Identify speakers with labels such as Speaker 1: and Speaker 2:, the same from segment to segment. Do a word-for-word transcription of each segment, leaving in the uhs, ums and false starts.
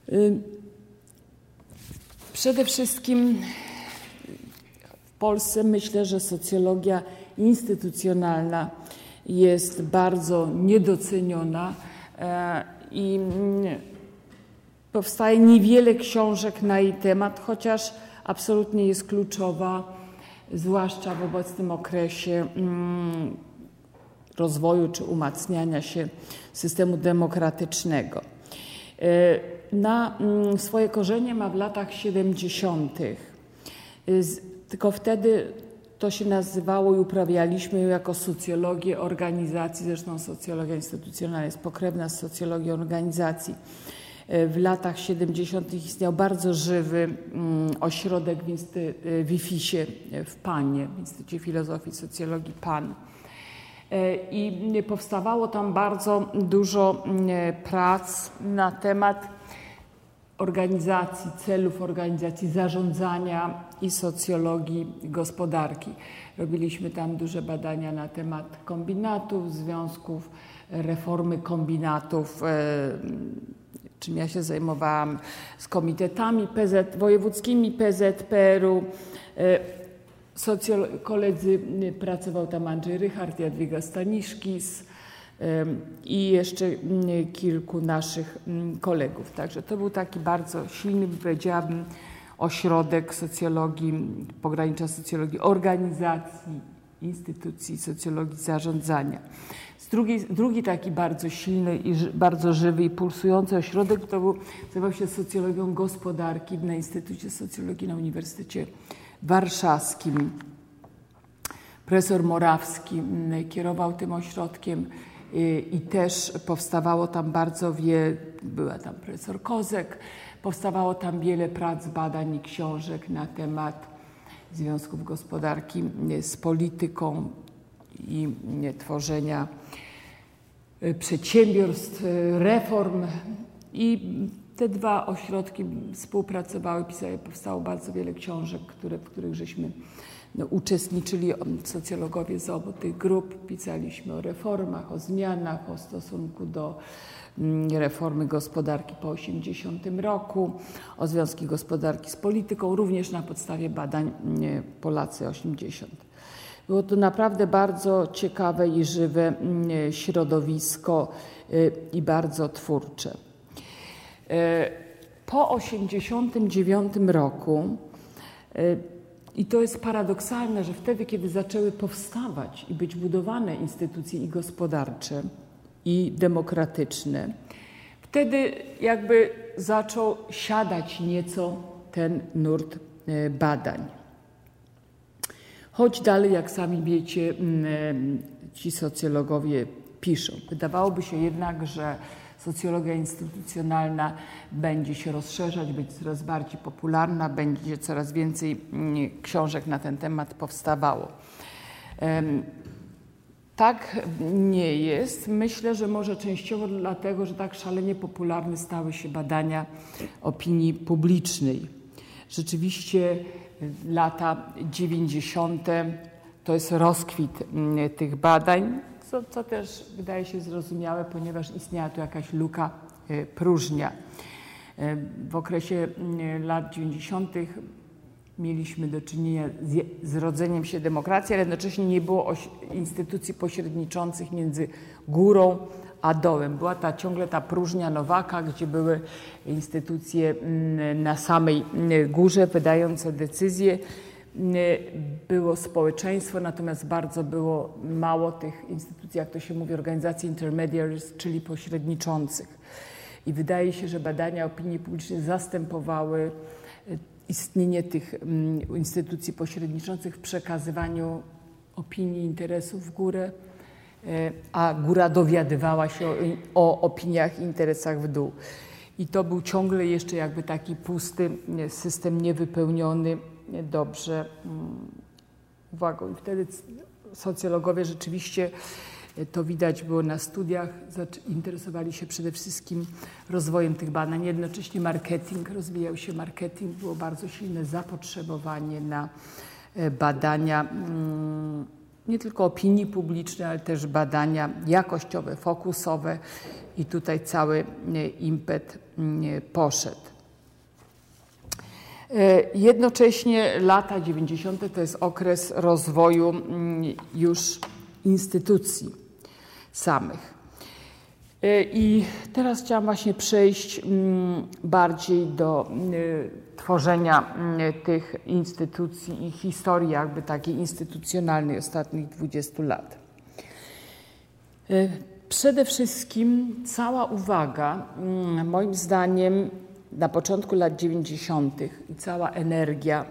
Speaker 1: Przede wszystkim w Polsce myślę, że socjologia instytucjonalna jest bardzo niedoceniona i powstaje niewiele książek na jej temat, chociaż absolutnie jest kluczowa, zwłaszcza w obecnym okresie rozwoju czy umacniania się systemu demokratycznego. Na swoje korzenie ma w latach siedemdziesiątych. Tylko wtedy to się nazywało i uprawialiśmy jako socjologię organizacji, zresztą socjologia instytucjonalna jest pokrewna z socjologią organizacji. W latach siedemdziesiątych istniał bardzo żywy ośrodek w, insty, w I F I S-ie w Panie, w Instytucie Filozofii i Socjologii P A N. I powstawało tam bardzo dużo prac na temat organizacji, celów organizacji, zarządzania i socjologii gospodarki. Robiliśmy tam duże badania na temat kombinatów, związków, reformy kombinatów, czym ja się zajmowałam z komitetami P Z, wojewódzkimi P Z P R u. Socjolo- koledzy, pracował tam Andrzej Rychard, Jadwiga Staniszkis i jeszcze kilku naszych kolegów. Także to był taki bardzo silny, powiedziałabym, ośrodek socjologii, pogranicza socjologii organizacji, instytucji, socjologii zarządzania. Z drugiej, drugi taki bardzo silny i ży, bardzo żywy i pulsujący ośrodek to był, nazywał się socjologią gospodarki na Instytucie Socjologii na Uniwersytecie Warszawskim. Profesor Morawski kierował tym ośrodkiem i, i też powstawało tam bardzo wiele, była tam profesor Kozek, powstawało tam wiele prac, badań i książek na temat związków gospodarki z polityką i tworzenia przedsiębiorstw, reform. I te dwa ośrodki współpracowały, pisały, powstało bardzo wiele książek, które, w których żeśmy no, uczestniczyli, socjologowie z obu tych grup. Pisaliśmy o reformach, o zmianach, o stosunku do reformy gospodarki po osiemdziesiątym roku, o związki gospodarki z polityką, również na podstawie badań Polacy osiemdziesiąt. Było to naprawdę bardzo ciekawe i żywe środowisko i bardzo twórcze. Po osiemdziesiątym dziewiątym roku, i to jest paradoksalne, że wtedy, kiedy zaczęły powstawać i być budowane instytucje i gospodarcze, i demokratyczne, wtedy jakby zaczął siadać nieco ten nurt badań. Choć dalej, jak sami wiecie, ci socjologowie piszą. Wydawałoby się jednak, że socjologia instytucjonalna będzie się rozszerzać, być coraz bardziej popularna, będzie coraz więcej książek na ten temat powstawało. Tak nie jest. Myślę, że może częściowo dlatego, że tak szalenie popularne stały się badania opinii publicznej. Rzeczywiście lata dziewięćdziesiąte to jest rozkwit tych badań, co, co też wydaje się zrozumiałe, ponieważ istniała tu jakaś luka, próżnia. W okresie lat dziewięćdziesiątych mieliśmy do czynienia z, z rodzeniem się demokracji, ale jednocześnie nie było oś, instytucji pośredniczących między górą a dołem. Była ta ciągle ta próżnia Nowaka, gdzie były instytucje na samej górze wydające decyzje. Było społeczeństwo, natomiast bardzo było mało tych instytucji, jak to się mówi, organizacji intermediaries, czyli pośredniczących. I wydaje się, że badania opinii publicznej zastępowały istnienie tych instytucji pośredniczących w przekazywaniu opinii, interesów w górę, a góra dowiadywała się o, o opiniach i interesach w dół. I to był ciągle jeszcze jakby taki pusty system, niewypełniony dobrze uwagą. I wtedy socjologowie rzeczywiście, to widać było na studiach, interesowali się przede wszystkim rozwojem tych badań. Jednocześnie marketing, rozwijał się marketing, było bardzo silne zapotrzebowanie na badania nie tylko opinii publicznej, ale też badania jakościowe, fokusowe i tutaj cały impet poszedł. Jednocześnie lata dziewięćdziesiąte to jest okres rozwoju już instytucji samych. I teraz chciałam właśnie przejść bardziej do tworzenia tych instytucji i historii jakby takiej instytucjonalnej ostatnich dwudziestu lat. Przede wszystkim cała uwaga, moim zdaniem, na początku lat dziewięćdziesiątych i cała energia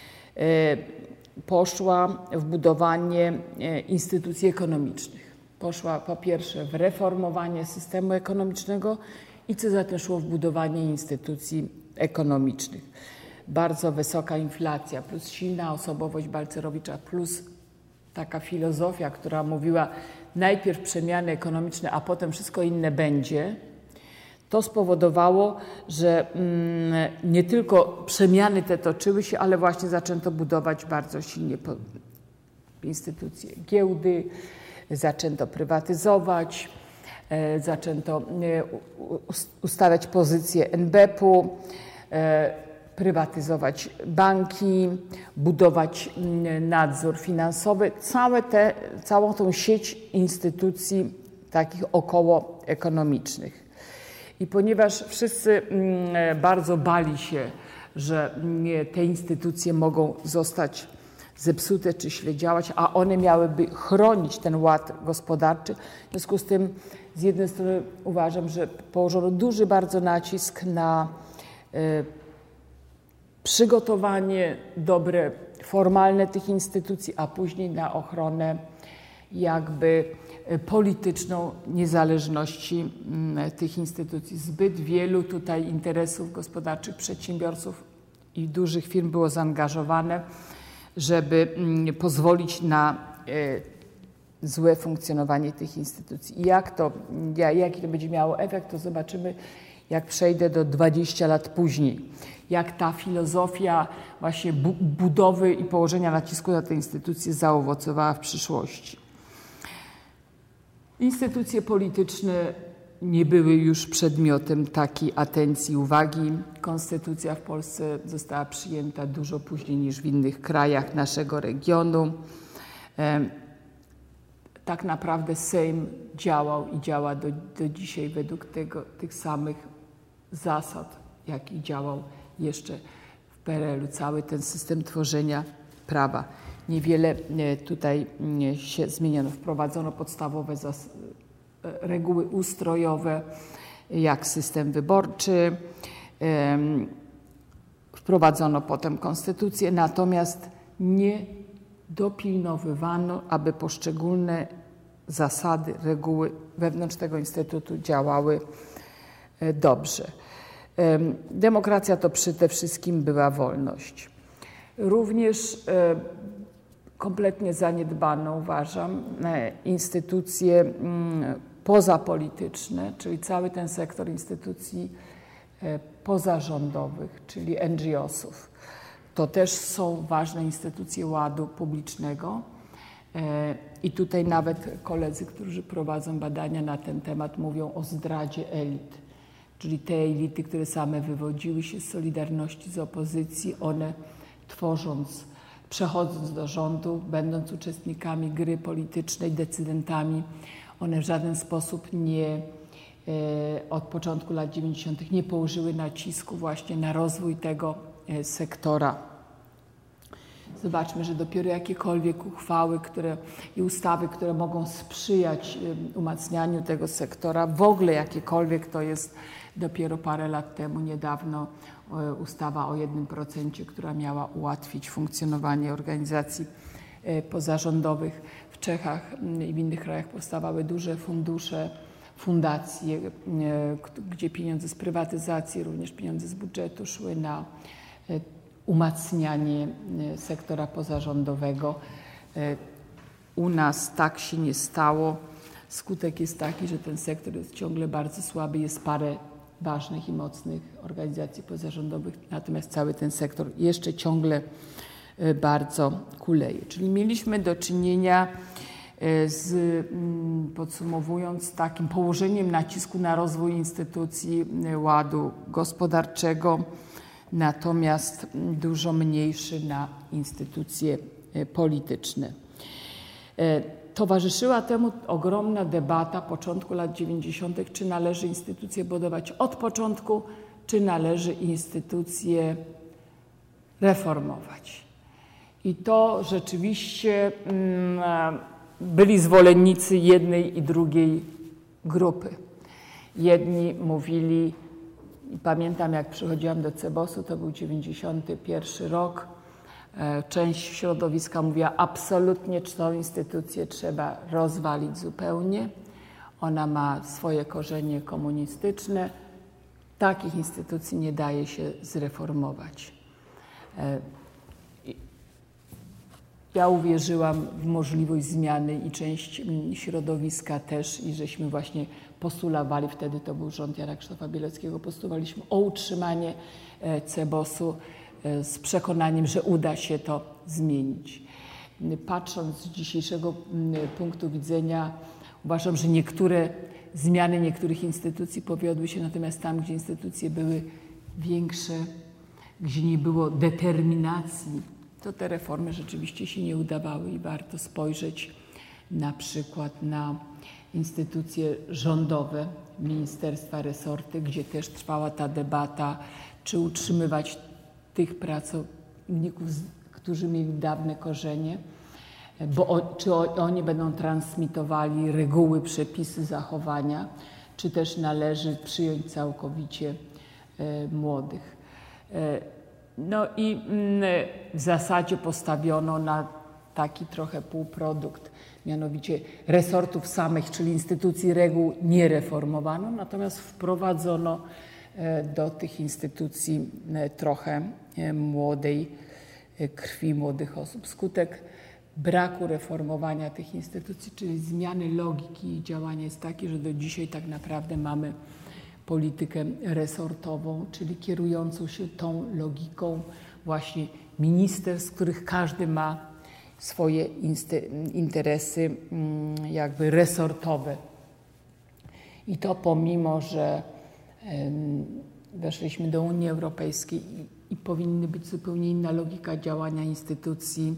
Speaker 1: poszła w budowanie instytucji ekonomicznych. Poszła po pierwsze w reformowanie systemu ekonomicznego i co za tym szło w budowanie instytucji ekonomicznych. Bardzo wysoka inflacja plus silna osobowość Balcerowicza plus taka filozofia, która mówiła najpierw przemiany ekonomiczne, a potem wszystko inne będzie. To spowodowało, że mm, nie tylko przemiany te toczyły się, ale właśnie zaczęto budować bardzo silnie instytucje giełdy, zaczęto prywatyzować, e, zaczęto e, ustawiać pozycję en be pe u, e, prywatyzować banki, budować m, nadzór finansowy, całe te, całą tą sieć instytucji takich okołoekonomicznych. I ponieważ wszyscy m, bardzo bali się, że m, te instytucje mogą zostać zepsute czy źle działać, a one miałyby chronić ten ład gospodarczy. W związku z tym z jednej strony uważam, że położono duży bardzo nacisk na y, przygotowanie dobre, formalne tych instytucji, a później na ochronę jakby polityczną niezależności y, tych instytucji. Zbyt wielu tutaj interesów gospodarczych, przedsiębiorców i dużych firm było zaangażowane, żeby pozwolić na złe funkcjonowanie tych instytucji. I jak to, jaki to będzie miało efekt, to zobaczymy, jak przejdę do dwudziestu lat później. Jak ta filozofia właśnie budowy i położenia nacisku na te instytucje zaowocowała w przyszłości. Instytucje polityczne nie były już przedmiotem takiej atencji, uwagi. Konstytucja w Polsce została przyjęta dużo później niż w innych krajach naszego regionu. Tak naprawdę Sejm działał i działa do, do dzisiaj według tego, tych samych zasad, jaki działał jeszcze w pe er el u. Cały ten system tworzenia prawa. Niewiele tutaj się zmieniono. Wprowadzono podstawowe zasady, reguły ustrojowe, jak system wyborczy. Wprowadzono potem konstytucję, natomiast nie dopilnowywano, aby poszczególne zasady, reguły wewnątrz tego instytutu działały dobrze. Demokracja to przede wszystkim była wolność. Również kompletnie zaniedbano, uważam, instytucje pozapolityczne, czyli cały ten sektor instytucji pozarządowych, czyli en dżi o sów. To też są ważne instytucje ładu publicznego i tutaj nawet koledzy, którzy prowadzą badania na ten temat, mówią o zdradzie elit, czyli te elity, które same wywodziły się z Solidarności, z opozycji, one tworząc, przechodząc do rządu, będąc uczestnikami gry politycznej, decydentami, one w żaden sposób nie, od początku lat dziewięćdziesiątych nie położyły nacisku właśnie na rozwój tego sektora. Zobaczmy, że dopiero jakiekolwiek uchwały które, i ustawy, które mogą sprzyjać umacnianiu tego sektora, w ogóle jakiekolwiek, to jest dopiero parę lat temu, niedawno ustawa o jednym procencie, która miała ułatwić funkcjonowanie organizacji pozarządowych. W Czechach i w innych krajach powstawały duże fundusze, fundacje, gdzie pieniądze z prywatyzacji, również pieniądze z budżetu szły na umacnianie sektora pozarządowego. U nas tak się nie stało. Skutek jest taki, że ten sektor jest ciągle bardzo słaby. Jest parę ważnych i mocnych organizacji pozarządowych, natomiast cały ten sektor jeszcze ciągle bardzo kuleje. Czyli mieliśmy do czynienia z, podsumowując, takim położeniem nacisku na rozwój instytucji ładu gospodarczego, natomiast dużo mniejszy na instytucje polityczne. Towarzyszyła temu ogromna debata początku lat dziewięćdziesiątych, czy należy instytucje budować od początku, czy należy instytucje reformować. I to rzeczywiście mm, byli zwolennicy jednej i drugiej grupy. Jedni mówili, i pamiętam jak przychodziłam do Cebosu, to był dziewięćdziesiąty pierwszy rok, część środowiska mówiła, absolutnie tą instytucję trzeba rozwalić zupełnie. Ona ma swoje korzenie komunistyczne. Takich instytucji nie daje się zreformować. Ja uwierzyłam w możliwość zmiany i część środowiska też, i żeśmy właśnie postulowali, wtedy to był rząd Jana Krzysztofa Bieleckiego, postulowaliśmy o utrzymanie Cebosu z przekonaniem, że uda się to zmienić. Patrząc z dzisiejszego punktu widzenia, uważam, że niektóre zmiany niektórych instytucji powiodły się, natomiast tam, gdzie instytucje były większe, gdzie nie było determinacji, to te reformy rzeczywiście się nie udawały i warto spojrzeć na przykład na instytucje rządowe, ministerstwa, resorty, gdzie też trwała ta debata, czy utrzymywać tych pracowników, którzy mieli dawne korzenie, bo o, czy o, oni będą transmitowali reguły, przepisy zachowania, czy też należy przyjąć całkowicie e, młodych. E, no i m, w zasadzie postawiono na taki trochę półprodukt, mianowicie resortów samych, czyli instytucji reguł nie reformowano, natomiast wprowadzono do tych instytucji trochę młodej krwi, młodych osób. Skutek braku reformowania tych instytucji, czyli zmiany logiki ich działania jest taki, że do dzisiaj tak naprawdę mamy politykę resortową, czyli kierującą się tą logiką właśnie ministerstw, z których każdy ma swoje interesy jakby resortowe. I to pomimo, że weszliśmy do Unii Europejskiej i, i powinny być zupełnie inna logika działania instytucji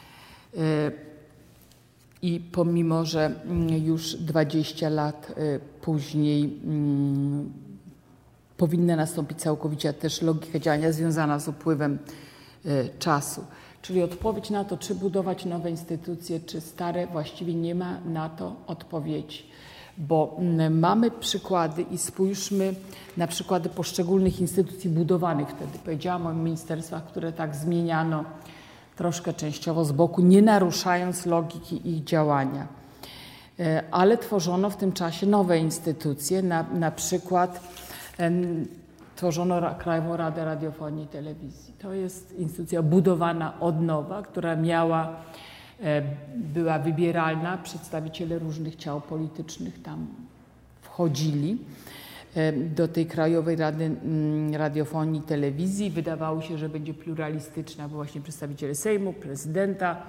Speaker 1: i pomimo, że już dwadzieścia lat później powinna nastąpić całkowicie też logika działania związana z upływem czasu. Czyli odpowiedź na to, czy budować nowe instytucje, czy stare, właściwie nie ma na to odpowiedzi. Bo mamy przykłady i spójrzmy na przykłady poszczególnych instytucji budowanych wtedy. Powiedziałam o ministerstwach, które tak zmieniano troszkę częściowo z boku, nie naruszając logiki ich działania. Ale tworzono w tym czasie nowe instytucje, na, na przykład em, tworzono Krajową Radę Radiofonii i Telewizji. To jest instytucja budowana od nowa, która miała była wybieralna, przedstawiciele różnych ciał politycznych tam wchodzili do tej Krajowej Rady Radiofonii i Telewizji. Wydawało się, że będzie pluralistyczna, bo właśnie przedstawiciele Sejmu, prezydenta,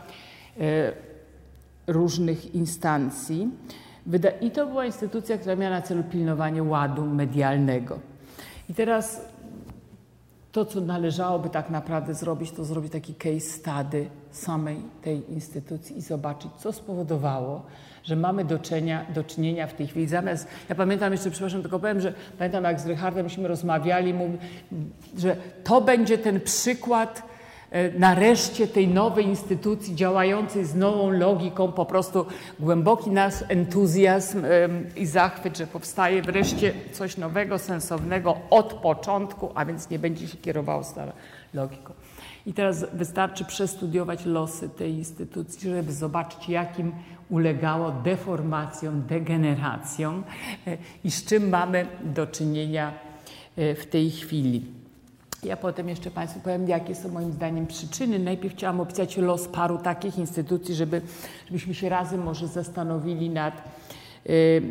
Speaker 1: różnych instancji. I to była instytucja, która miała na celu pilnowanie ładu medialnego. I teraz to, co należałoby tak naprawdę zrobić, to zrobić taki case study samej tej instytucji i zobaczyć, co spowodowało, że mamy do czynienia, do czynienia w tej chwili. Zamiast, ja pamiętam jeszcze, przepraszam, tylko powiem, że pamiętam, jak z Rychardem myśmy rozmawiali, mówi, że to będzie ten przykład nareszcie tej nowej instytucji działającej z nową logiką, po prostu głęboki nasz entuzjazm i zachwyt, że powstaje wreszcie coś nowego, sensownego od początku, a więc nie będzie się kierowało starą logiką. I teraz wystarczy przestudiować losy tej instytucji, żeby zobaczyć, jakim ulegało deformacjom, degeneracjom i z czym mamy do czynienia w tej chwili. Ja potem jeszcze Państwu powiem, jakie są moim zdaniem przyczyny. Najpierw chciałam opisać los paru takich instytucji, żeby, żebyśmy się razem może zastanowili nad y,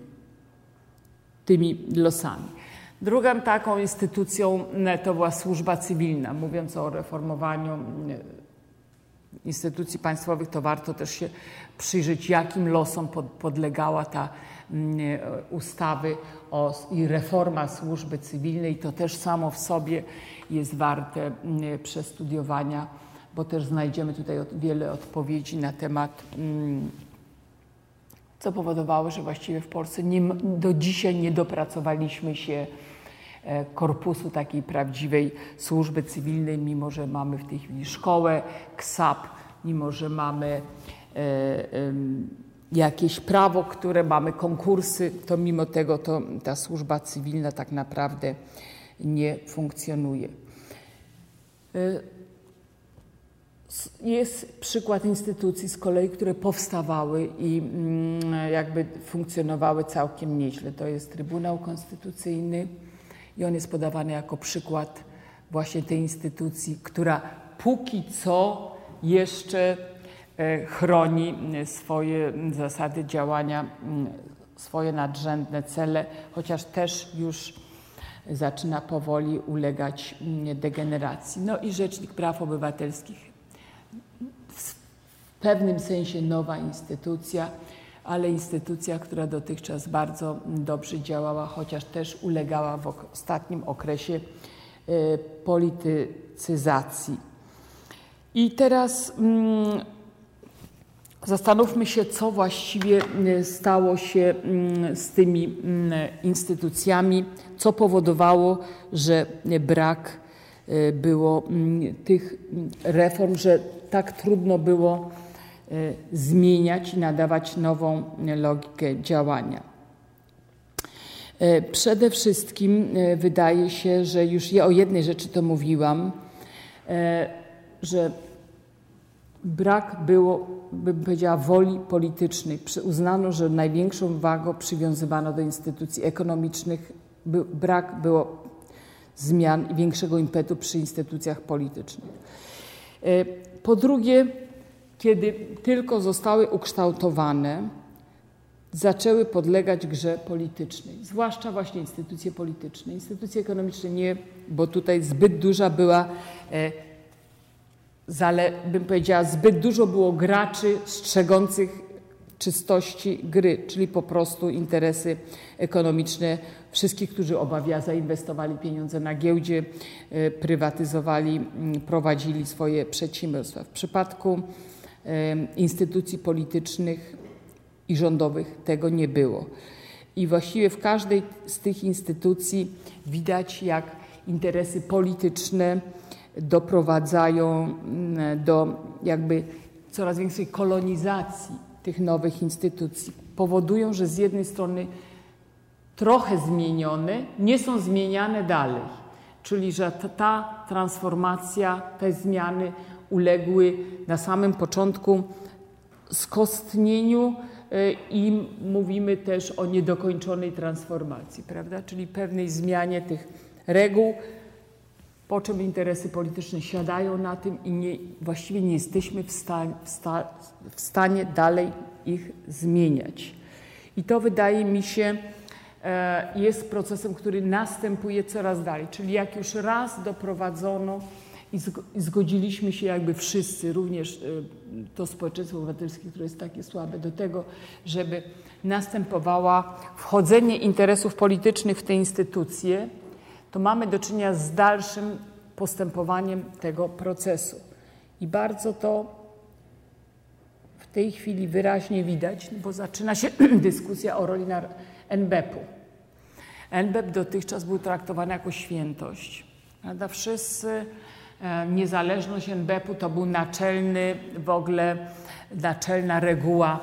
Speaker 1: tymi losami. Drugą taką instytucją to była służba cywilna. Mówiąc o reformowaniu instytucji państwowych, to warto też się przyjrzeć, jakim losom pod, podlegała ta y, ustawy o, i reforma służby cywilnej. To też samo w sobie jest warte y, przestudiowania, bo też znajdziemy tutaj od, wiele odpowiedzi na temat, y, co powodowało, że właściwie w Polsce nie, do dzisiaj nie dopracowaliśmy się korpusu takiej prawdziwej służby cywilnej, mimo że mamy w tej chwili szkołę, K S A P, mimo że mamy e, e, jakieś prawo, które mamy konkursy, to mimo tego to ta służba cywilna tak naprawdę nie funkcjonuje. E, Jest przykład instytucji z kolei, które powstawały i jakby funkcjonowały całkiem nieźle. To jest Trybunał Konstytucyjny i on jest podawany jako przykład właśnie tej instytucji, która póki co jeszcze chroni swoje zasady działania, swoje nadrzędne cele, chociaż też już zaczyna powoli ulegać degeneracji. No i Rzecznik Praw Obywatelskich. W pewnym sensie nowa instytucja, ale instytucja, która dotychczas bardzo dobrze działała, chociaż też ulegała w ostatnim okresie politycyzacji. I teraz mm, zastanówmy się, co właściwie stało się z tymi instytucjami, co powodowało, że brak było tych reform, że tak trudno było zmieniać i nadawać nową logikę działania. Przede wszystkim wydaje się, że już ja o jednej rzeczy to mówiłam, że brak było, bym powiedziała, woli politycznej. Uznano, że największą wagą przywiązywano do instytucji ekonomicznych. Brak było zmian i większego impetu przy instytucjach politycznych. Po drugie, kiedy tylko zostały ukształtowane, zaczęły podlegać grze politycznej, zwłaszcza właśnie instytucje polityczne. Instytucje ekonomiczne nie, bo tutaj zbyt duża była, ale bym powiedziała, zbyt dużo było graczy strzegących czystości gry, czyli po prostu interesy ekonomiczne wszystkich, którzy obawia, zainwestowali pieniądze na giełdzie, prywatyzowali, prowadzili swoje przedsiębiorstwa. W przypadku instytucji politycznych i rządowych tego nie było. I właściwie w każdej z tych instytucji widać, jak interesy polityczne doprowadzają do jakby coraz większej kolonizacji tych nowych instytucji. Powodują, że z jednej strony trochę zmienione, nie są zmieniane dalej. Czyli, że ta, ta transformacja, te zmiany uległy na samym początku skostnieniu i mówimy też o niedokończonej transformacji, prawda? Czyli pewnej zmianie tych reguł, po czym interesy polityczne siadają na tym i nie, właściwie nie jesteśmy w, sta, w, sta, w stanie dalej ich zmieniać. I to wydaje mi się jest procesem, który następuje coraz dalej. Czyli jak już raz doprowadzono i zgodziliśmy się jakby wszyscy, również to społeczeństwo obywatelskie, które jest takie słabe, do tego, żeby następowała wchodzenie interesów politycznych w te instytucje, to mamy do czynienia z dalszym postępowaniem tego procesu. I bardzo to w tej chwili wyraźnie widać, bo zaczyna się dyskusja o roli N B P u. N B P dotychczas był traktowany jako świętość. Prawda? Wszyscy, niezależność N B P u to był naczelny, w ogóle naczelna reguła,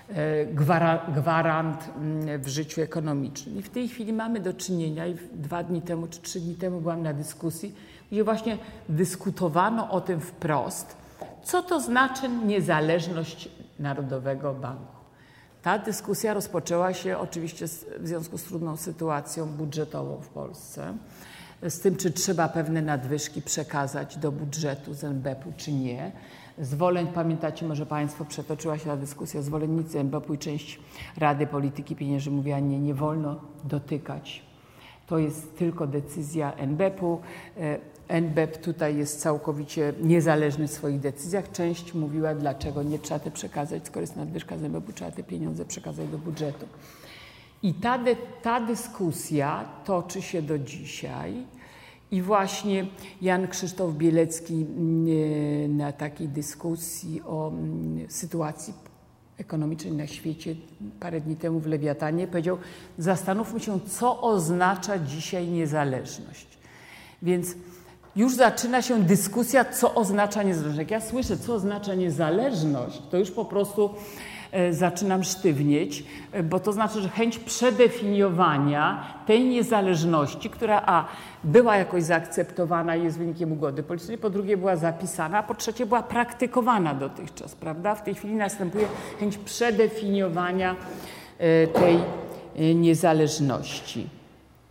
Speaker 1: gwarant w życiu ekonomicznym. I w tej chwili mamy do czynienia, i dwa dni temu czy trzy dni temu byłam na dyskusji, gdzie właśnie dyskutowano o tym wprost, co to znaczy niezależność Narodowego Banku. Ta dyskusja rozpoczęła się oczywiście w związku z trudną sytuacją budżetową w Polsce, z tym, czy trzeba pewne nadwyżki przekazać do budżetu z N B P u, czy nie. Zwoleń, pamiętacie może Państwo, przetoczyła się ta dyskusja, zwolennicy N B P u i część Rady Polityki Pieniężnej mówiła, nie, nie wolno dotykać To jest tylko decyzja N B P u. N B P tutaj jest całkowicie niezależny w swoich decyzjach. Część mówiła, dlaczego nie trzeba te przekazać, skoro jest nadwyżka z N B P u, trzeba te pieniądze przekazać do budżetu. I ta, de, ta dyskusja toczy się do dzisiaj. I właśnie Jan Krzysztof Bielecki na takiej dyskusji o sytuacji ekonomicznej na świecie parę dni temu w Lewiatanie powiedział: zastanówmy się, co oznacza dzisiaj niezależność. Więc już zaczyna się dyskusja, co oznacza niezależność. Jak ja słyszę, co oznacza niezależność, to już po prostu zaczynam sztywnieć, bo to znaczy, że chęć przedefiniowania tej niezależności, która a była jakoś zaakceptowana i jest wynikiem ugody politycznej, po drugie była zapisana, a po trzecie była praktykowana dotychczas, prawda? W tej chwili następuje chęć przedefiniowania tej niezależności.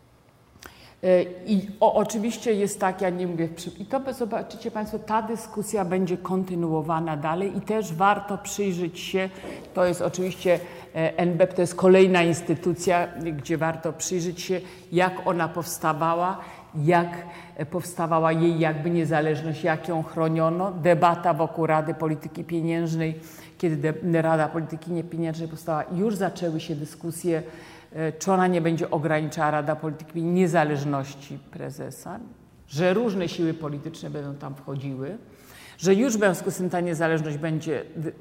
Speaker 1: I o, oczywiście jest tak, ja nie mówię, i to zobaczycie Państwo, ta dyskusja będzie kontynuowana dalej i też warto przyjrzeć się, to jest oczywiście N B P, to jest kolejna instytucja, gdzie warto przyjrzeć się, jak ona powstawała, jak powstawała jej jakby niezależność, jak ją chroniono. Debata wokół Rady Polityki Pieniężnej, kiedy Rada Polityki Pieniężnej powstała, już zaczęły się dyskusje, czy ona nie będzie ograniczała, Rada Polityki, niezależności prezesa, że różne siły polityczne będą tam wchodziły, że już w związku z tym ta niezależność będzie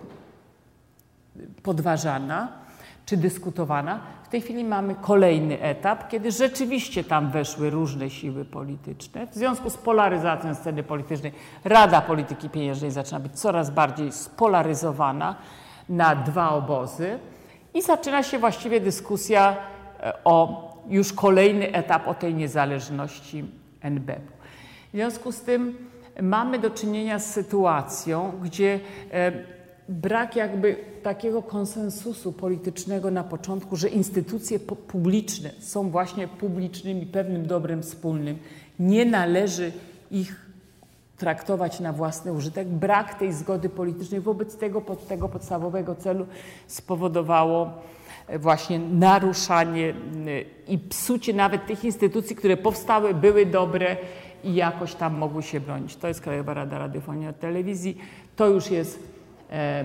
Speaker 1: podważana czy dyskutowana. W tej chwili mamy kolejny etap, kiedy rzeczywiście tam weszły różne siły polityczne. W związku z polaryzacją sceny politycznej Rada Polityki Pieniężnej zaczyna być coraz bardziej spolaryzowana na dwa obozy. I zaczyna się właściwie dyskusja o już kolejny etap, o tej niezależności N B P u. W związku z tym mamy do czynienia z sytuacją, gdzie brak jakby takiego konsensusu politycznego na początku, że instytucje publiczne są właśnie publicznymi, pewnym dobrem wspólnym. Nie należy ich traktować na własny użytek. Brak tej zgody politycznej wobec tego, pod tego podstawowego celu spowodowało właśnie naruszanie i psucie nawet tych instytucji, które powstały, były dobre i jakoś tam mogły się bronić. To jest Krajowa Rada Radiofonii i Telewizji, to już jest e,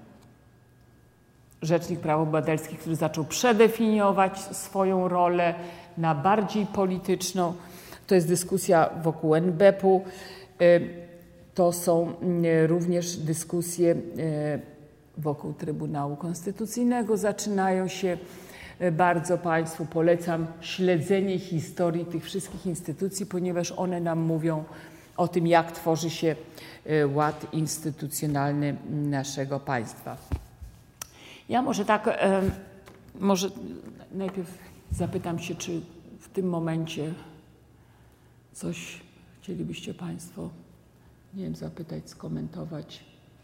Speaker 1: Rzecznik Praw Obywatelskich, który zaczął przedefiniować swoją rolę na bardziej polityczną. To jest dyskusja wokół N B P u. To są również dyskusje wokół Trybunału Konstytucyjnego. Zaczynają się. Bardzo Państwu polecam śledzenie historii tych wszystkich instytucji, ponieważ one nam mówią o tym, jak tworzy się ład instytucjonalny naszego państwa. Ja może tak, może najpierw zapytam się, czy w tym momencie coś chcielibyście Państwo, nie wiem, zapytać, skomentować.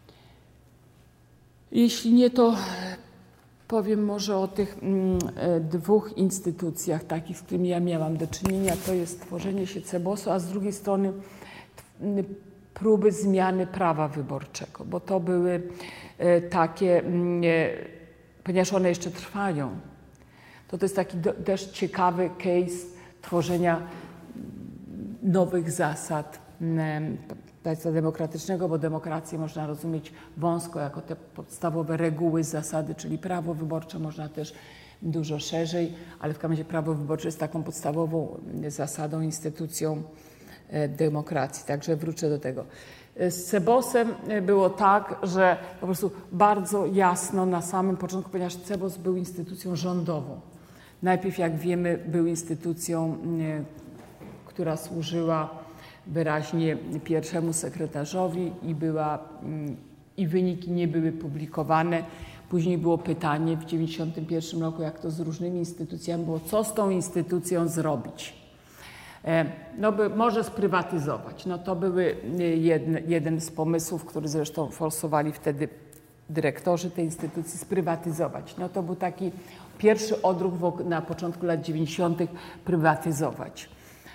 Speaker 1: Jeśli nie, to powiem może o tych mm, dwóch instytucjach, takich, z którymi ja miałam do czynienia. To jest tworzenie się Cebosu, a z drugiej strony próby zmiany prawa wyborczego, bo to były e, takie, mm, ponieważ one jeszcze trwają, to to jest taki do, też ciekawy case tworzenia nowych zasad mm, państwa demokratycznego, bo demokrację można rozumieć wąsko jako te podstawowe reguły, zasady, czyli prawo wyborcze można też dużo szerzej, ale w każdym razie prawo wyborcze jest taką podstawową zasadą, instytucją demokracji. Także wrócę do tego. Z Cebosem było tak, że po prostu bardzo jasno na samym początku, ponieważ Cebos był instytucją rządową. Najpierw, jak wiemy, był instytucją, która służyła wyraźnie pierwszemu sekretarzowi i, była, i wyniki nie były publikowane. Później było pytanie w dziewięćdziesiątym pierwszym roku, jak to z różnymi instytucjami było, co z tą instytucją zrobić. No by może sprywatyzować. No to były jedne, jeden z pomysłów, który zresztą forsowali wtedy dyrektorzy tej instytucji, sprywatyzować. No to był taki pierwszy odruch na początku lat dziewięćdziesiątych prywatyzować.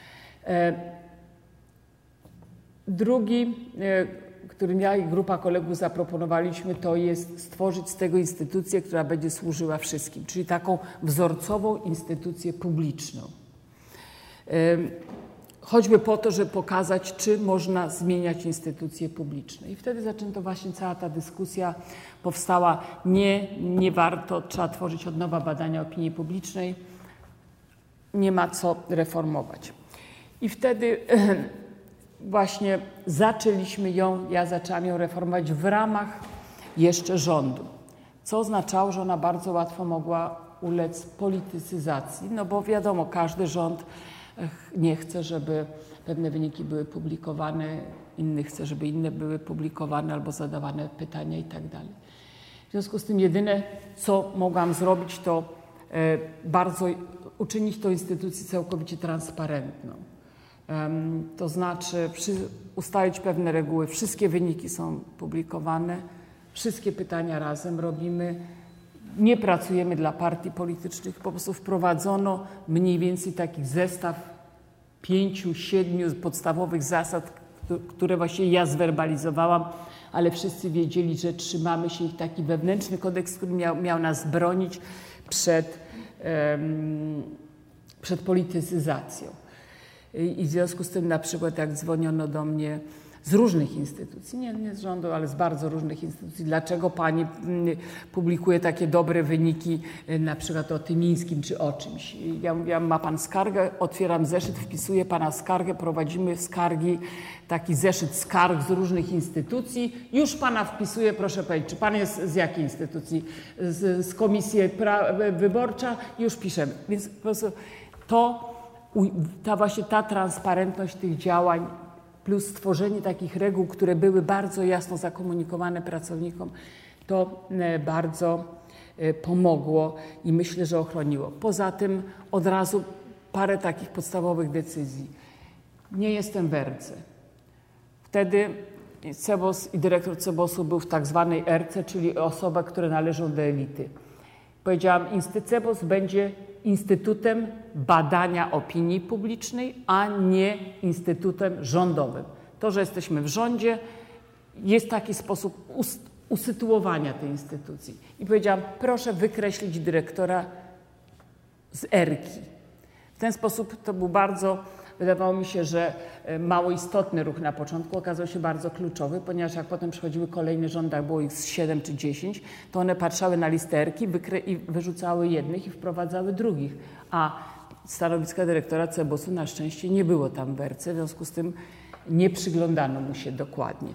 Speaker 1: Drugi, który ja i grupa kolegów zaproponowaliśmy, to jest stworzyć z tego instytucję, która będzie służyła wszystkim, czyli taką wzorcową instytucję publiczną. choćby po to, żeby pokazać, czy można zmieniać instytucje publiczne. I wtedy zaczęto właśnie cała ta dyskusja, powstała nie, nie warto, trzeba tworzyć od nowa badania opinii publicznej, nie ma co reformować. I wtedy właśnie zaczęliśmy ją, ja zaczęłam ją reformować w ramach jeszcze rządu, co oznaczało, że ona bardzo łatwo mogła ulec politycyzacji, no bo wiadomo, każdy rząd nie chce, żeby pewne wyniki były publikowane, inny chce, żeby inne były publikowane albo zadawane pytania i tak dalej. W związku z tym jedyne, co mogłam zrobić, to bardzo uczynić tę instytucję całkowicie transparentną. To znaczy ustalić pewne reguły, wszystkie wyniki są publikowane, wszystkie pytania razem robimy, nie pracujemy dla partii politycznych, po prostu wprowadzono mniej więcej taki zestaw pięciu, siedmiu podstawowych zasad, które właśnie ja zwerbalizowałam, ale wszyscy wiedzieli, że trzymamy się ich, taki wewnętrzny kodeks, który miał, miał nas bronić przed, um, przed politycyzacją. I w związku z tym na przykład jak dzwoniono do mnie z różnych instytucji, nie, nie z rządu, ale z bardzo różnych instytucji, dlaczego pani publikuje takie dobre wyniki na przykład o Tymińskim czy o czymś. Ja mówiłam, ma pan skargę, otwieram zeszyt, wpisuję pana skargę, prowadzimy skargi, taki zeszyt skarg z różnych instytucji, już pana wpisuję, proszę powiedzieć, czy pan jest z jakiej instytucji, z, z Komisji Wyborcza, już piszemy. Więc po prostu to, ta właśnie ta transparentność tych działań plus stworzenie takich reguł, które były bardzo jasno zakomunikowane pracownikom, to bardzo pomogło i myślę, że ochroniło. Poza tym od razu parę takich podstawowych decyzji. Nie jestem w er ce. Wtedy Cebos i dyrektor Cebosu był w tak zwanej er ce, czyli osoba, które należą do elity. Powiedziałam, Cebos będzie instytutem badania opinii publicznej, a nie instytutem rządowym. To, że jesteśmy w rządzie, jest taki sposób usytuowania tej instytucji. I powiedziałam, proszę wykreślić dyrektora z erki. W ten sposób to był bardzo, wydawało mi się, że mało istotny ruch na początku, okazał się bardzo kluczowy, ponieważ jak potem przychodziły kolejne rządy, jak było ich z siedem czy dziesięć, to one patrzały na listę erki i wyrzucały jednych i wprowadzały drugich. A stanowiska dyrektora Cebosu na szczęście nie było tam w er ce, w związku z tym nie przyglądano mu się dokładnie.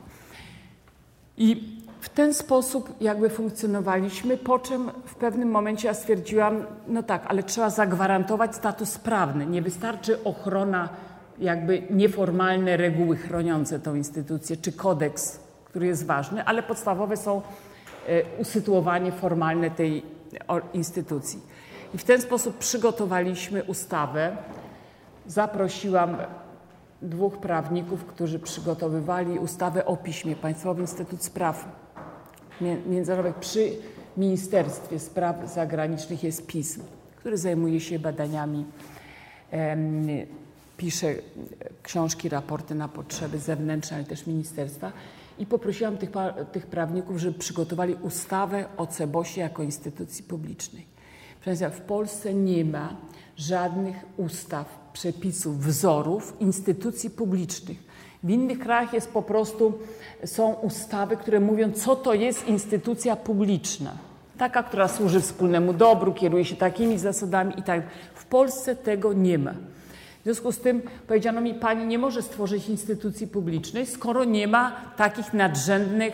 Speaker 1: I w ten sposób jakby funkcjonowaliśmy, po czym w pewnym momencie ja stwierdziłam, no tak, ale trzeba zagwarantować status prawny. Nie wystarczy ochrona, jakby nieformalne reguły chroniące tą instytucję, czy kodeks, który jest ważny, ale podstawowe są usytuowanie formalne tej instytucji. I w ten sposób przygotowaliśmy ustawę. Zaprosiłam dwóch prawników, którzy przygotowywali ustawę o piśmie. Państwowy Instytut Spraw Międzynarodowych przy Ministerstwie Spraw Zagranicznych jest pism, który zajmuje się badaniami, em, pisze książki, raporty na potrzeby zewnętrzne, ale też ministerstwa. I poprosiłam tych, tych prawników, żeby przygotowali ustawę o Cebosie jako instytucji publicznej. Proszę Państwa, w Polsce nie ma żadnych ustaw, przepisów, wzorów instytucji publicznych. W innych krajach jest po prostu, są ustawy, które mówią, co to jest instytucja publiczna. Taka, która służy wspólnemu dobru, kieruje się takimi zasadami i tak. W Polsce tego nie ma. W związku z tym powiedziano mi, pani nie może stworzyć instytucji publicznej, skoro nie ma takich nadrzędnych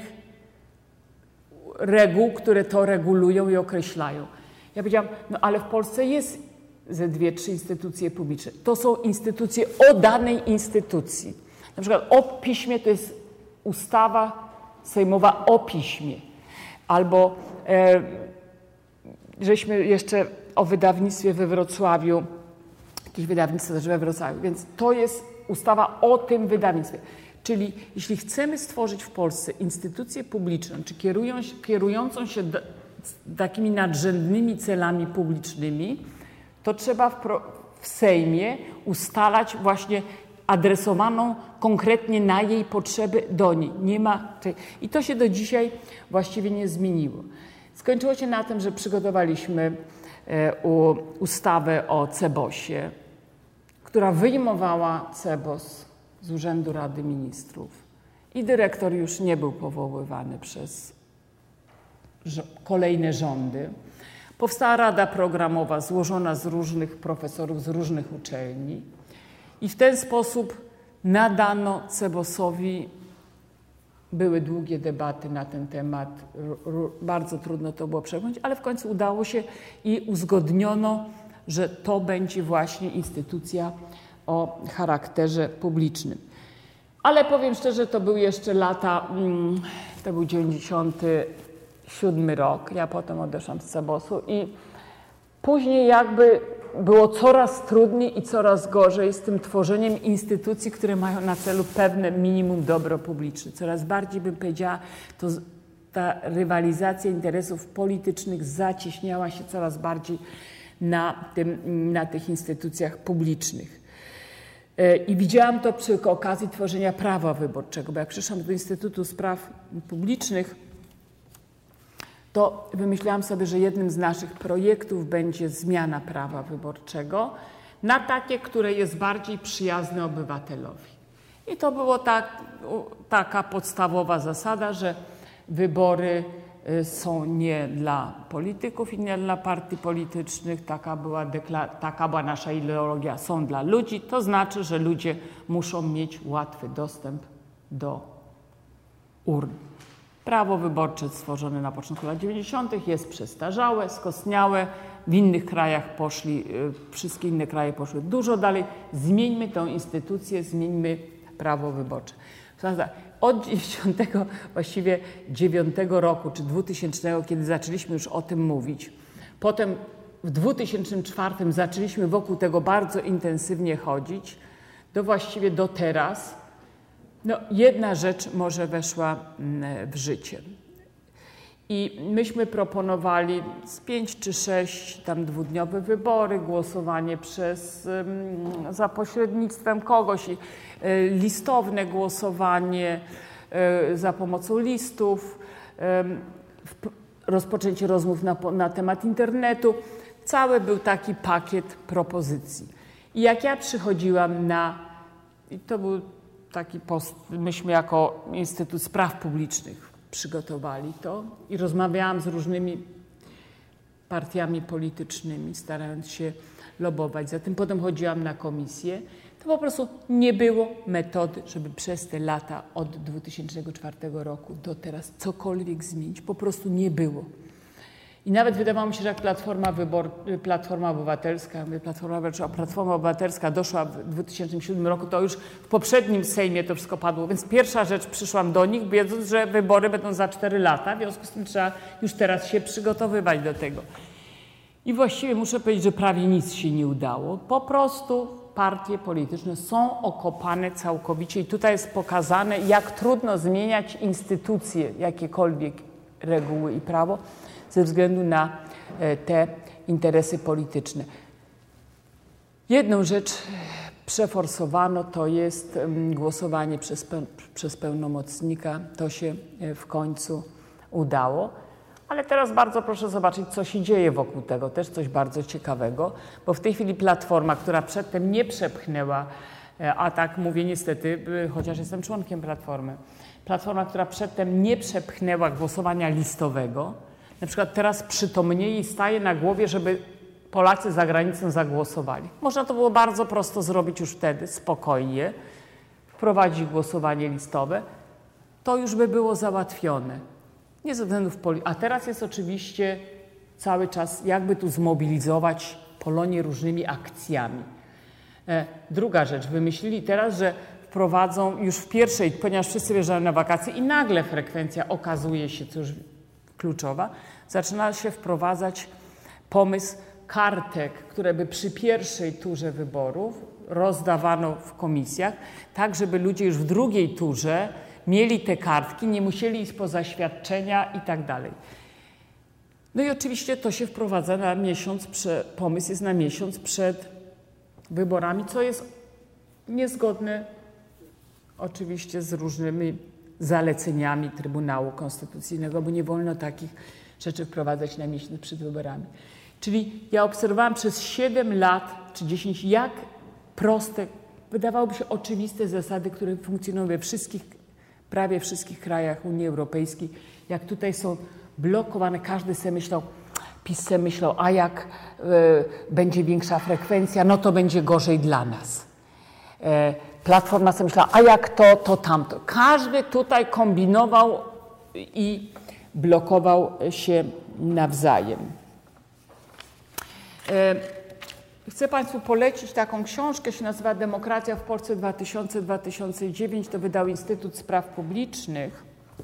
Speaker 1: reguł, które to regulują i określają. Ja powiedziałam, no ale w Polsce jest ze dwie, trzy instytucje publiczne. To są instytucje o danej instytucji. Na przykład o piśmie to jest ustawa sejmowa o piśmie. Albo e, żeśmy jeszcze o wydawnictwie we Wrocławiu, jakieś wydawnictwo też we Wrocławiu, więc to jest ustawa o tym wydawnictwie. Czyli jeśli chcemy stworzyć w Polsce instytucję publiczną, czy kierują, kierującą się do, takimi nadrzędnymi celami publicznymi, to trzeba w, w Sejmie ustalać właśnie adresowaną konkretnie na jej potrzeby do niej. Nie ma, i to się do dzisiaj właściwie nie zmieniło. Skończyło się na tym, że przygotowaliśmy e, u, ustawę o Cebosie, która wyjmowała CEBOS z Urzędu Rady Ministrów i dyrektor już nie był powoływany przez kolejne rządy. Powstała Rada Programowa złożona z różnych profesorów z różnych uczelni i w ten sposób nadano CEBOS-owi, były długie debaty na ten temat, bardzo trudno to było przejąć, ale w końcu udało się i uzgodniono, że to będzie właśnie instytucja o charakterze publicznym. Ale powiem szczerze, to były jeszcze lata, to był dziewięćdziesiąty siódmy rok, ja potem odeszłam z CEBOS-u i później jakby było coraz trudniej i coraz gorzej z tym tworzeniem instytucji, które mają na celu pewne minimum dobro publiczne. Coraz bardziej bym powiedziała, to ta rywalizacja interesów politycznych zacieśniała się coraz bardziej na, tym, na tych instytucjach publicznych. I widziałam to przy okazji tworzenia prawa wyborczego, bo jak przyszłam do Instytutu Spraw Publicznych, to wymyślałam sobie, że jednym z naszych projektów będzie zmiana prawa wyborczego na takie, które jest bardziej przyjazne obywatelowi. I to była tak, taka podstawowa zasada, że wybory są nie dla polityków i nie dla partii politycznych. Taka była, taka była nasza ideologia, są dla ludzi. To znaczy, że ludzie muszą mieć łatwy dostęp do urn. Prawo wyborcze stworzone na początku lat dziewięćdziesiątych jest przestarzałe, skostniałe. W innych krajach poszli, wszystkie inne kraje poszły dużo dalej. Zmieńmy tę instytucję, zmieńmy prawo wyborcze. Od dziewięćdziesiątego właściwie dziewiątego roku czy dwutysięcznego, kiedy zaczęliśmy już o tym mówić, potem w dwutysięcznym czwartym zaczęliśmy wokół tego bardzo intensywnie chodzić, do właściwie do teraz. No, jedna rzecz może weszła w życie. I myśmy proponowali z pięć czy sześć tam dwudniowe wybory, głosowanie przez, za pośrednictwem kogoś, i listowne głosowanie za pomocą listów, rozpoczęcie rozmów na, na temat internetu. Cały był taki pakiet propozycji. I jak ja przychodziłam na, i to był taki post, myśmy jako Instytut Spraw Publicznych przygotowali to i rozmawiałam z różnymi partiami politycznymi, starając się lobować. Zatem potem chodziłam na komisję. To po prostu nie było metody, żeby przez te lata od dwutysięcznego czwartego roku do teraz cokolwiek zmienić. Po prostu nie było. I nawet wydawało mi się, że jak Platforma, Wybor, Platforma Obywatelska, Platforma, Platforma Obywatelska doszła w dwa tysiące siódmym roku, to już w poprzednim Sejmie to wszystko padło. Więc pierwsza rzecz, przyszłam do nich, wiedząc, że wybory będą za cztery lata, w związku z tym trzeba już teraz się przygotowywać do tego. I właściwie muszę powiedzieć, że prawie nic się nie udało. Po prostu partie polityczne są okopane całkowicie i tutaj jest pokazane, jak trudno zmieniać instytucje, jakiekolwiek reguły i prawo, ze względu na te interesy polityczne. Jedną rzecz przeforsowano, to jest głosowanie przez, pe przez pełnomocnika. To się w końcu udało. Ale teraz bardzo proszę zobaczyć, co się dzieje wokół tego. Też coś bardzo ciekawego, bo w tej chwili Platforma, która przedtem nie przepchnęła, a tak mówię niestety, chociaż jestem członkiem Platformy, Platforma, która przedtem nie przepchnęła głosowania listowego, na przykład teraz przytomnie i staje na głowie, żeby Polacy za granicą zagłosowali. Można to było bardzo prosto zrobić już wtedy, spokojnie, wprowadzić głosowanie listowe. To już by było załatwione. Nie ze względów poli- A teraz jest oczywiście cały czas, jakby tu zmobilizować Polonię różnymi akcjami. E, druga rzecz, wymyślili teraz, że wprowadzą już w pierwszej, ponieważ wszyscy wyjeżdżają na wakacje i nagle frekwencja okazuje się, co już kluczowa, zaczyna się wprowadzać pomysł kartek, które by przy pierwszej turze wyborów rozdawano w komisjach, tak żeby ludzie już w drugiej turze mieli te kartki, nie musieli iść po zaświadczenia i tak dalej. No i oczywiście to się wprowadza na miesiąc, prze, pomysł jest na miesiąc przed wyborami, co jest niezgodne oczywiście z różnymi zaleceniami Trybunału Konstytucyjnego, bo nie wolno takich rzeczy wprowadzać na miesiąc przed wyborami. Czyli ja obserwowałam przez siedem lat czy dziesięć, jak proste, wydawałoby się oczywiste zasady, które funkcjonują we wszystkich, prawie wszystkich krajach Unii Europejskiej. Jak tutaj są blokowane, każdy sobie myślał, PiS sobie myślał, a jak y, będzie większa frekwencja, no to będzie gorzej dla nas. E, Platforma sobie myślała, a jak to, to tamto. Każdy tutaj kombinował i blokował się nawzajem. E, Chcę Państwu polecić taką książkę, się nazywa Demokracja w Polsce dwa tysiące do dwa tysiące dziewiątego. To wydał Instytut Spraw Publicznych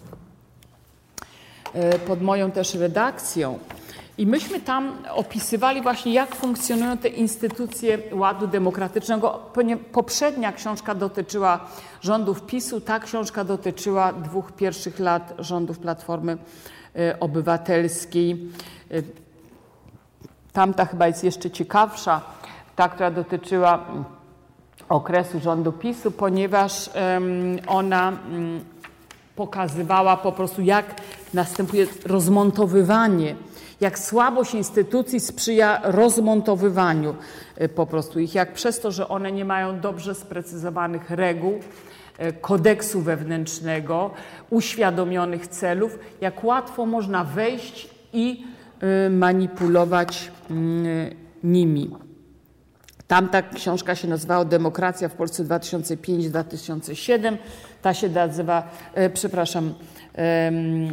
Speaker 1: pod moją też redakcją. I myśmy tam opisywali właśnie, jak funkcjonują te instytucje ładu demokratycznego. Poprzednia książka dotyczyła rządów PiSu, ta książka dotyczyła dwóch pierwszych lat rządów Platformy Obywatelskiej. Tamta chyba jest jeszcze ciekawsza, ta, która dotyczyła okresu rządu PiSu, ponieważ ona pokazywała po prostu, jak następuje rozmontowywanie, jak słabość instytucji sprzyja rozmontowywaniu po prostu ich, jak przez to, że one nie mają dobrze sprecyzowanych reguł, kodeksu wewnętrznego, uświadomionych celów, jak łatwo można wejść i manipulować nimi. Tamta książka się nazywała Demokracja w Polsce dwa tysiące piąty do dwa tysiące siódmego. Ta się nazywa, e, przepraszam, e,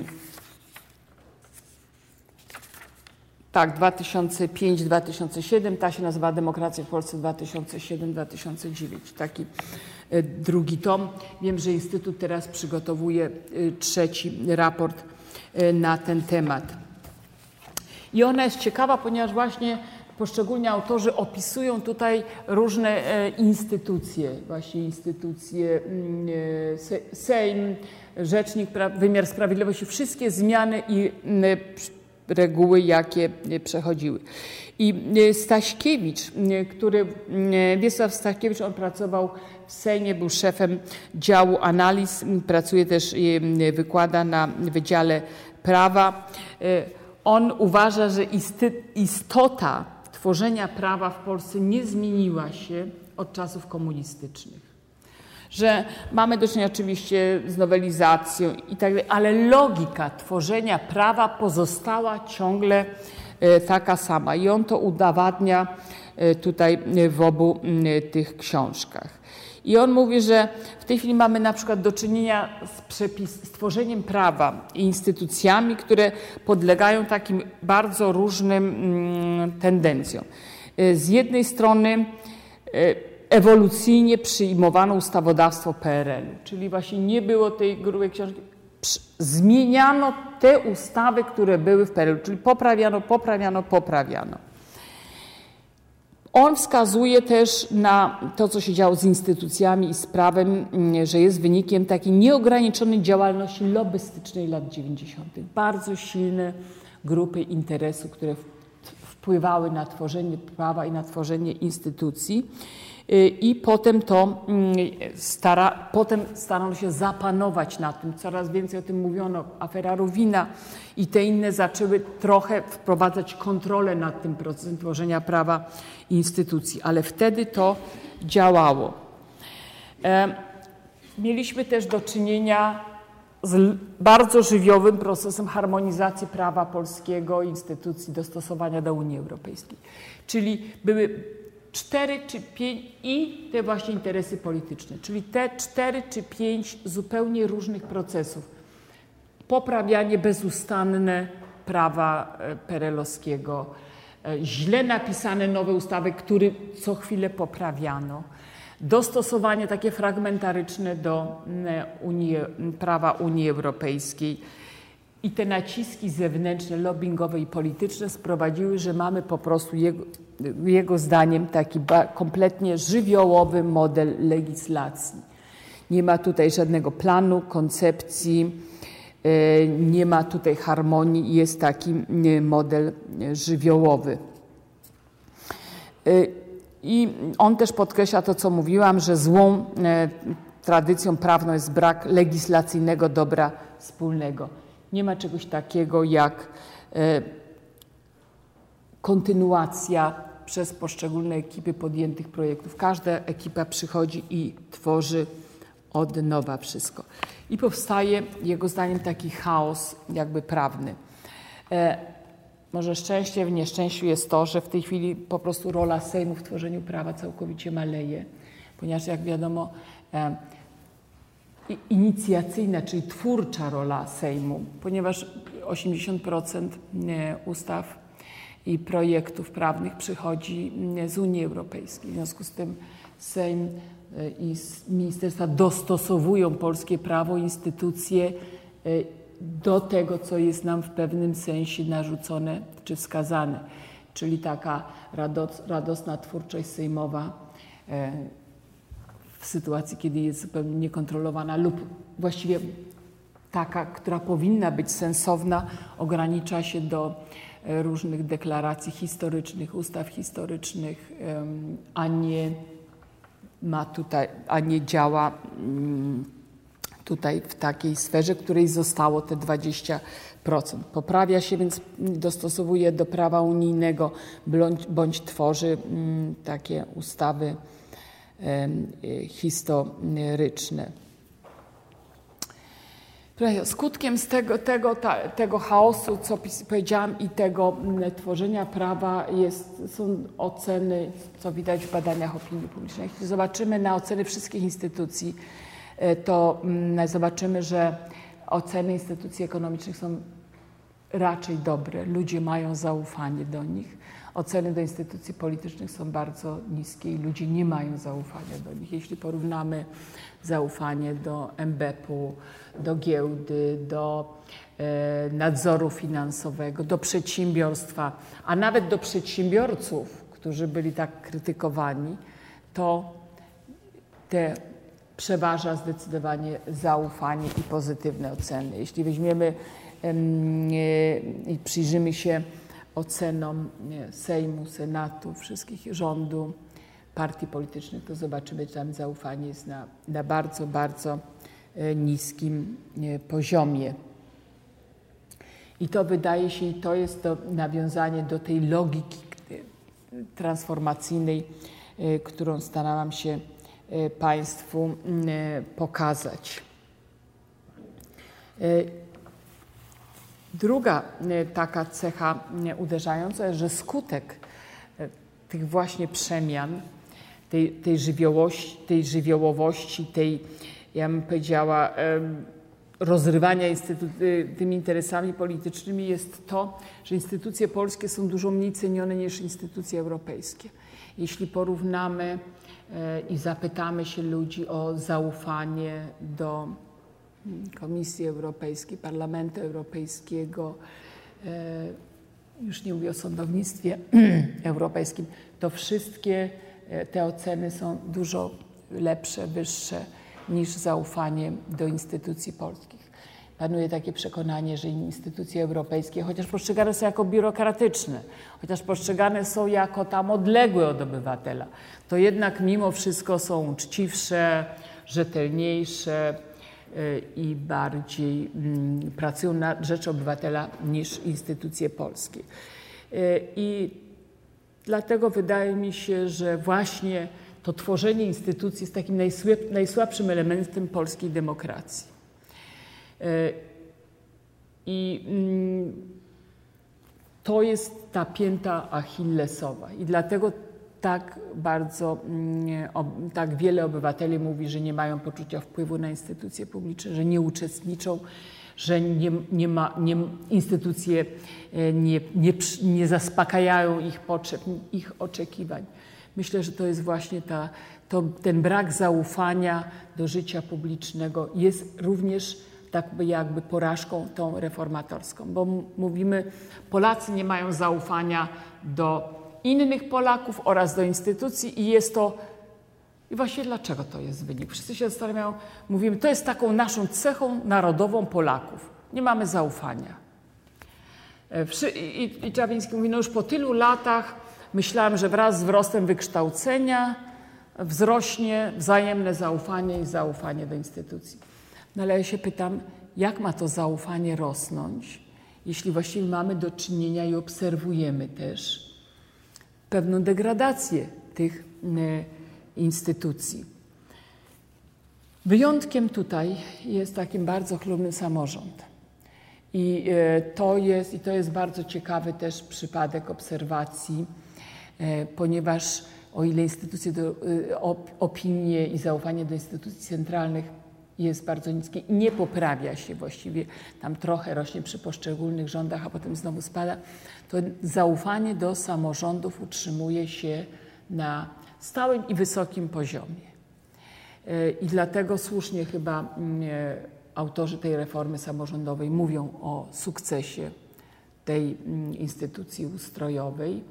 Speaker 1: tak, dwa tysiące piąty do dwa tysiące siódmego. Ta się nazywa Demokracja w Polsce dwa tysiące siódmy do dwa tysiące dziewiątego. Taki e, drugi tom. Wiem, że Instytut teraz przygotowuje e, trzeci raport e, na ten temat. I ona jest ciekawa, ponieważ właśnie poszczególni autorzy opisują tutaj różne e, instytucje, właśnie instytucje e, se, Sejm, Rzecznik Praw, Wymiar Sprawiedliwości, wszystkie zmiany i e, reguły, jakie e, przechodziły. I e, Staśkiewicz, e, który, e, Wiesław Staśkiewicz, on pracował w Sejmie, był szefem działu analiz, pracuje też, e, wykłada na Wydziale Prawa. E, On uważa, że istota tworzenia prawa w Polsce nie zmieniła się od czasów komunistycznych. Że mamy do czynienia oczywiście z nowelizacją i tak dalej, ale logika tworzenia prawa pozostała ciągle taka sama. I on to udowadnia tutaj w obu tych książkach. I on mówi, że w tej chwili mamy na przykład do czynienia z, przepis, z tworzeniem prawa i instytucjami, które podlegają takim bardzo różnym mm, tendencjom. Z jednej strony ewolucyjnie przyjmowano ustawodawstwo P R L u, czyli właśnie nie było tej grubej książki. Zmieniano te ustawy, które były w P R L u, czyli poprawiano, poprawiano, poprawiano. On wskazuje też na to, co się działo z instytucjami i z prawem, że jest wynikiem takiej nieograniczonej działalności lobbystycznej lat dziewięćdziesiątych. Bardzo silne grupy interesu, które wpływały na tworzenie prawa i na tworzenie instytucji. I potem to stara, potem starano się zapanować na tym. Coraz więcej o tym mówiono. Afera Rowina i te inne zaczęły trochę wprowadzać kontrolę nad tym procesem tworzenia prawa i instytucji. Ale wtedy to działało. Mieliśmy też do czynienia z bardzo żywiołowym procesem harmonizacji prawa polskiego i instytucji dostosowania do Unii Europejskiej. Czyli były cztery czy pięć i te właśnie interesy polityczne, czyli te cztery czy pięć zupełnie różnych procesów. Poprawianie bezustanne prawa perelowskiego, źle napisane nowe ustawy, które co chwilę poprawiano, dostosowanie takie fragmentaryczne do Unii, prawa Unii Europejskiej. I te naciski zewnętrzne, lobbingowe i polityczne sprowadziły, że mamy po prostu jego, jego zdaniem taki kompletnie żywiołowy model legislacji. Nie ma tutaj żadnego planu, koncepcji, nie ma tutaj harmonii, jest taki model żywiołowy. I on też podkreśla to, co mówiłam, że złą tradycją prawną jest brak legislacyjnego dobra wspólnego. Nie ma czegoś takiego jak kontynuacja przez poszczególne ekipy podjętych projektów. Każda ekipa przychodzi i tworzy od nowa wszystko. I powstaje, jego zdaniem, taki chaos jakby prawny. E, może szczęście w nieszczęściu jest to, że w tej chwili po prostu rola Sejmu w tworzeniu prawa całkowicie maleje, ponieważ jak wiadomo e, inicjacyjna, czyli twórcza rola Sejmu, ponieważ osiemdziesiąt procent ustaw i projektów prawnych przychodzi z Unii Europejskiej. W związku z tym Sejm i ministerstwa dostosowują polskie prawo, instytucje do tego, co jest nam w pewnym sensie narzucone czy wskazane. Czyli taka radosna twórczość sejmowa w sytuacji, kiedy jest zupełnie niekontrolowana lub właściwie taka, która powinna być sensowna, ogranicza się do różnych deklaracji historycznych, ustaw historycznych, a nie ma tutaj, a nie działa tutaj w takiej sferze, której zostało te dwadzieścia procent. Poprawia się, więc dostosowuje do prawa unijnego bądź, bądź tworzy takie ustawy historyczne. Skutkiem z tego, tego, ta, tego chaosu, co powiedziałam, i tego tworzenia prawa jest, są oceny, co widać w badaniach opinii publicznej. Jeśli zobaczymy na oceny wszystkich instytucji, to zobaczymy, że oceny instytucji ekonomicznych są raczej dobre. Ludzie mają zaufanie do nich. Oceny do instytucji politycznych są bardzo niskie i ludzie nie mają zaufania do nich. Jeśli porównamy zaufanie do em be pe u, do giełdy, do e, nadzoru finansowego, do przedsiębiorstwa, a nawet do przedsiębiorców, którzy byli tak krytykowani, to te przeważa zdecydowanie zaufanie i pozytywne oceny. Jeśli weźmiemy i przyjrzymy się ocenom Sejmu, Senatu, wszystkich rządu, partii politycznych, to zobaczymy, że tam zaufanie jest na, na bardzo, bardzo niskim poziomie. I to wydaje się, i to jest to nawiązanie do tej logiki transformacyjnej, którą starałam się Państwu pokazać. Druga taka cecha uderzająca jest, że skutek tych właśnie przemian, tej, tej, żywiołości, tej żywiołowości, tej, ja bym powiedziała, rozrywania tymi interesami politycznymi jest to, że instytucje polskie są dużo mniej cenione niż instytucje europejskie. Jeśli porównamy i zapytamy się ludzi o zaufanie do Komisji Europejskiej, Parlamentu Europejskiego, już nie mówię o sądownictwie europejskim, to wszystkie te oceny są dużo lepsze, wyższe niż zaufanie do instytucji polskich. Panuje takie przekonanie, że instytucje europejskie, chociaż postrzegane są jako biurokratyczne, chociaż postrzegane są jako tam odległe od obywatela, to jednak mimo wszystko są uczciwsze, rzetelniejsze i bardziej pracują na rzecz obywatela niż instytucje polskie. I dlatego wydaje mi się, że właśnie to tworzenie instytucji jest takim najsłabszym elementem polskiej demokracji. I to jest ta pięta achillesowa. I dlatego tak bardzo, tak wiele obywateli mówi, że nie mają poczucia wpływu na instytucje publiczne, że nie uczestniczą, że nie, nie ma, nie, instytucje nie, nie, nie zaspokajają ich potrzeb, ich oczekiwań. Myślę, że to jest właśnie ta, to, ten brak zaufania do życia publicznego jest również tak jakby porażką tą reformatorską, bo mówimy, Polacy nie mają zaufania do innych Polaków oraz do instytucji i jest to, i właściwie dlaczego to jest wynik? Wszyscy się zastanawiają, mówimy, to jest taką naszą cechą narodową Polaków. Nie mamy zaufania. I, i, i Czawiński mówi, no już po tylu latach myślałem, że wraz z wzrostem wykształcenia wzrośnie wzajemne zaufanie i zaufanie do instytucji. No ale ja się pytam, jak ma to zaufanie rosnąć, jeśli właściwie mamy do czynienia i obserwujemy też pewną degradację tych instytucji. Wyjątkiem tutaj jest taki bardzo chlubny samorząd. I to jest, i to jest bardzo ciekawy też przypadek obserwacji, ponieważ o ile instytucje, do, opinie i zaufanie do instytucji centralnych jest bardzo niskie i nie poprawia się właściwie, tam trochę rośnie przy poszczególnych rządach, a potem znowu spada, to zaufanie do samorządów utrzymuje się na stałym i wysokim poziomie. I dlatego słusznie chyba autorzy tej reformy samorządowej mówią o sukcesie tej instytucji ustrojowej.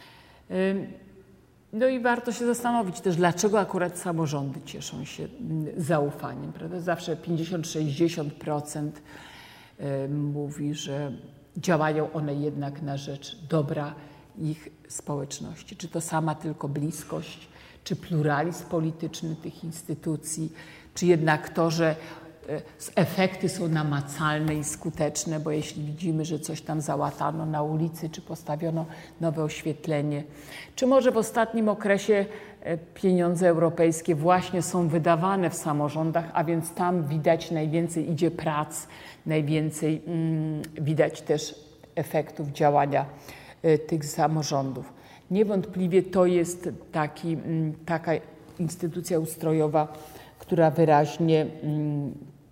Speaker 1: No i warto się zastanowić też, dlaczego akurat samorządy cieszą się zaufaniem. Prawda? Zawsze pięćdziesiąt do sześćdziesięciu procent mówi, że działają one jednak na rzecz dobra ich społeczności. Czy to sama tylko bliskość, czy pluralizm polityczny tych instytucji, czy jednak to, że efekty są namacalne i skuteczne, bo jeśli widzimy, że coś tam załatano na ulicy, czy postawiono nowe oświetlenie, czy może w ostatnim okresie pieniądze europejskie właśnie są wydawane w samorządach, a więc tam widać najwięcej idzie prac, najwięcej mm, widać też efektów działania y, tych samorządów. Niewątpliwie to jest taki, mm, taka instytucja ustrojowa, która wyraźnie mm,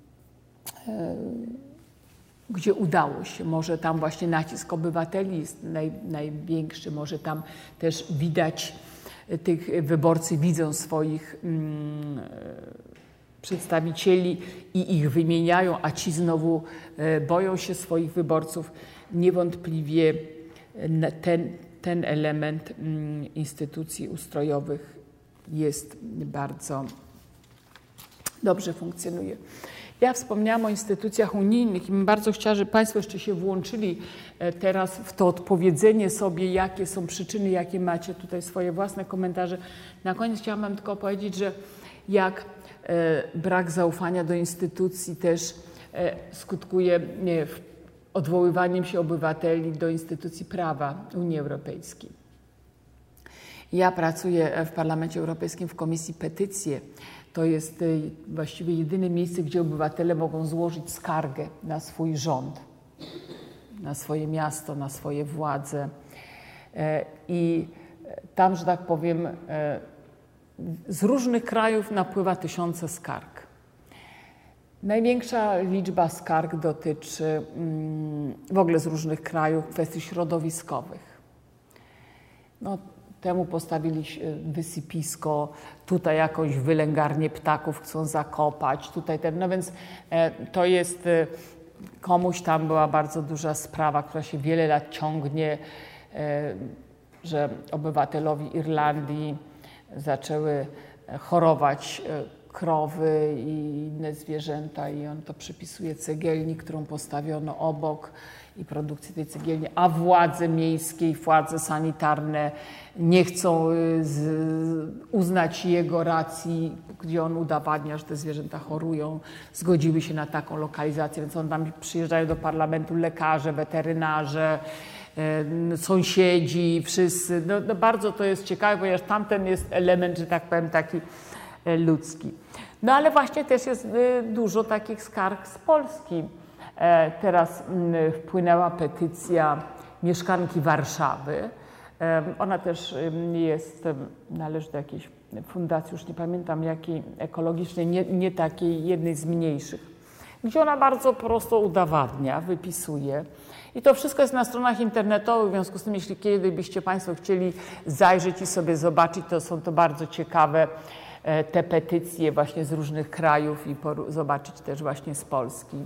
Speaker 1: gdzie udało się. Może tam właśnie nacisk obywateli jest naj, największy, może tam też widać, tych wyborcy widzą swoich mm, przedstawicieli i ich wymieniają, a ci znowu boją się swoich wyborców. Niewątpliwie ten, ten element mm, instytucji ustrojowych jest bardzo dobrze funkcjonuje. Ja wspomniałam o instytucjach unijnych i bym bardzo chciała, żeby Państwo jeszcze się włączyli teraz w to odpowiedzenie sobie, jakie są przyczyny, jakie macie tutaj swoje własne komentarze. Na koniec chciałam tylko powiedzieć, że jak brak zaufania do instytucji też skutkuje odwoływaniem się obywateli do instytucji prawa Unii Europejskiej. Ja pracuję w Parlamencie Europejskim w Komisji Petycje. To jest właściwie jedyne miejsce, gdzie obywatele mogą złożyć skargę na swój rząd, na swoje miasto, na swoje władze. I tam, że tak powiem, z różnych krajów napływa tysiące skarg. Największa liczba skarg dotyczy w ogóle z różnych krajów kwestii środowiskowych. No, temu postawili wysypisko, tutaj jakąś wylęgarnię ptaków chcą zakopać, tutaj ten, no więc to jest, komuś tam była bardzo duża sprawa, która się wiele lat ciągnie, że obywatelowi Irlandii zaczęły chorować krowy i inne zwierzęta i on to przypisuje cegielni, którą postawiono obok i produkcji tej cegielni, a władze miejskie i władze sanitarne nie chcą z, uznać jego racji, gdzie on udowadnia, że te zwierzęta chorują, zgodziły się na taką lokalizację, więc on tam przyjeżdżają do parlamentu lekarze, weterynarze, e, sąsiedzi, wszyscy. No, no bardzo to jest ciekawe, ponieważ tamten jest element, że tak powiem, taki e, ludzki. No ale właśnie też jest e, dużo takich skarg z Polski. E, teraz m, wpłynęła petycja mieszkanki Warszawy. Ona też jest, należy do jakiejś fundacji, już nie pamiętam jakiej, ekologicznej, nie, nie takiej, jednej z mniejszych, gdzie ona bardzo prosto udowadnia, wypisuje. I to wszystko jest na stronach internetowych, w związku z tym, jeśli kiedyś byście Państwo chcieli zajrzeć i sobie zobaczyć, to są to bardzo ciekawe te petycje właśnie z różnych krajów i zobaczyć też właśnie z Polski.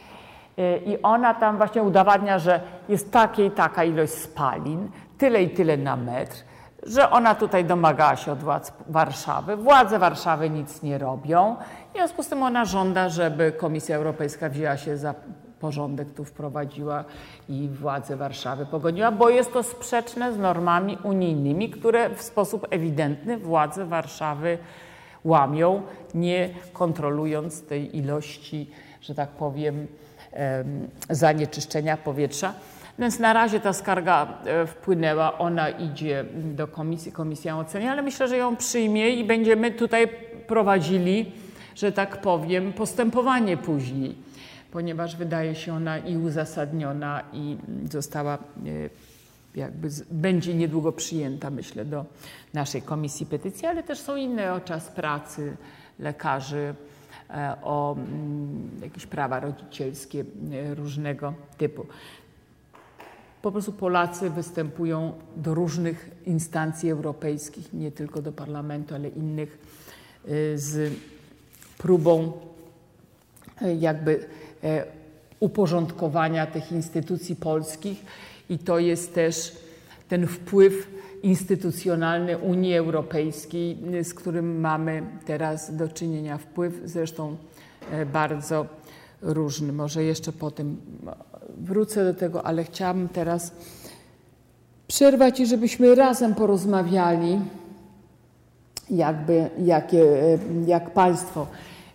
Speaker 1: I ona tam właśnie udowadnia, że jest taka i taka ilość spalin, tyle i tyle na metr, że ona tutaj domagała się od władz Warszawy. Władze Warszawy nic nie robią. W związku z tym ona żąda, żeby Komisja Europejska wzięła się za porządek, tu wprowadziła i władze Warszawy pogoniła, bo jest to sprzeczne z normami unijnymi, które w sposób ewidentny władze Warszawy łamią, nie kontrolując tej ilości, że tak powiem, zanieczyszczenia powietrza. Więc na razie ta skarga wpłynęła, ona idzie do komisji, komisja ją oceni, ale myślę, że ją przyjmie i będziemy tutaj prowadzili, że tak powiem, postępowanie później, ponieważ wydaje się ona i uzasadniona i została jakby, będzie niedługo przyjęta, myślę, do naszej komisji petycji, ale też są inne o czas pracy lekarzy, o jakieś prawa rodzicielskie różnego typu. Po prostu Polacy występują do różnych instancji europejskich, nie tylko do parlamentu, ale innych, z próbą jakby uporządkowania tych instytucji polskich i to jest też ten wpływ instytucjonalny Unii Europejskiej, z którym mamy teraz do czynienia. Wpływ zresztą bardzo różny. Może jeszcze potem wrócę do tego, ale chciałabym teraz przerwać i żebyśmy razem porozmawiali, jakby, jakie, jak Państwo,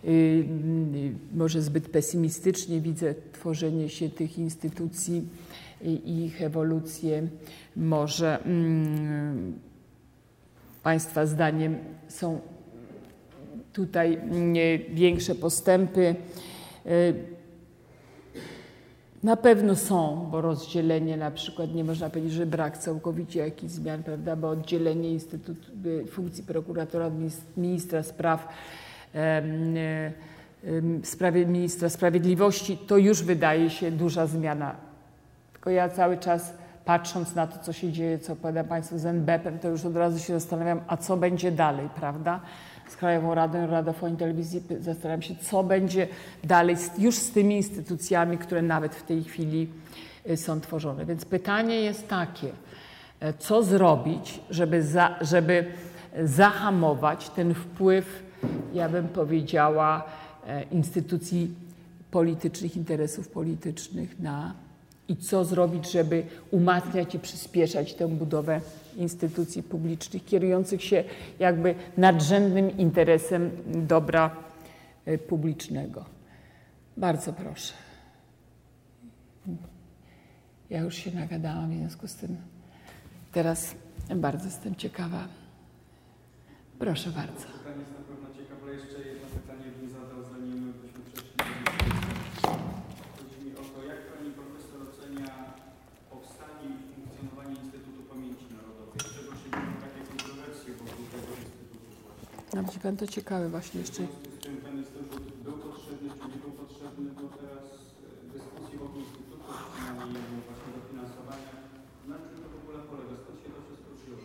Speaker 1: może zbyt pesymistycznie widzę tworzenie się tych instytucji i ich ewolucję. Może hmm, Państwa zdaniem są tutaj większe postępy. Na pewno są, bo rozdzielenie na przykład, nie można powiedzieć, że brak całkowicie jakichś zmian, prawda, bo oddzielenie Instytutu, funkcji prokuratora, ministra spraw, sprawie ministra sprawiedliwości, to już wydaje się duża zmiana. Tylko ja cały czas patrząc na to, co się dzieje, co opowiadam Państwu z en be pe em, to już od razu się zastanawiam, a co będzie dalej, prawda? Z Krajową Radą Radiofonii i Telewizji zastanawiam się, co będzie dalej z, już z tymi instytucjami, które nawet w tej chwili są tworzone. Więc pytanie jest takie, co zrobić, żeby, za, żeby zahamować ten wpływ, ja bym powiedziała, instytucji politycznych, interesów politycznych na i co zrobić, żeby umacniać i przyspieszać tę budowę instytucji publicznych kierujących się jakby nadrzędnym interesem dobra publicznego. Bardzo proszę. Ja już się nagadałam, w związku z tym teraz bardzo jestem ciekawa. Proszę bardzo.
Speaker 2: Pytanie jest na pewno ciekawe, ale jeszcze jedno pytanie bym zadał, zanim byśmy przeszli. Chodzi mi o to, jak Pani Profesor ocenia powstanie i funkcjonowanie Instytutu Pamięci Narodowej? Czego się dzieją takie kontrowersje wokół tego Instytutu właśnie?
Speaker 1: No, widzi Pan, to ciekawe właśnie jeszcze.
Speaker 2: W związku z tym ten Instytut był potrzebny, czy nie był potrzebny, bo teraz dyskusje wokół Instytutu, przynajmniej właśnie dofinansowania, na czym to w ogóle polega? Skąd się to wszystko wzięło?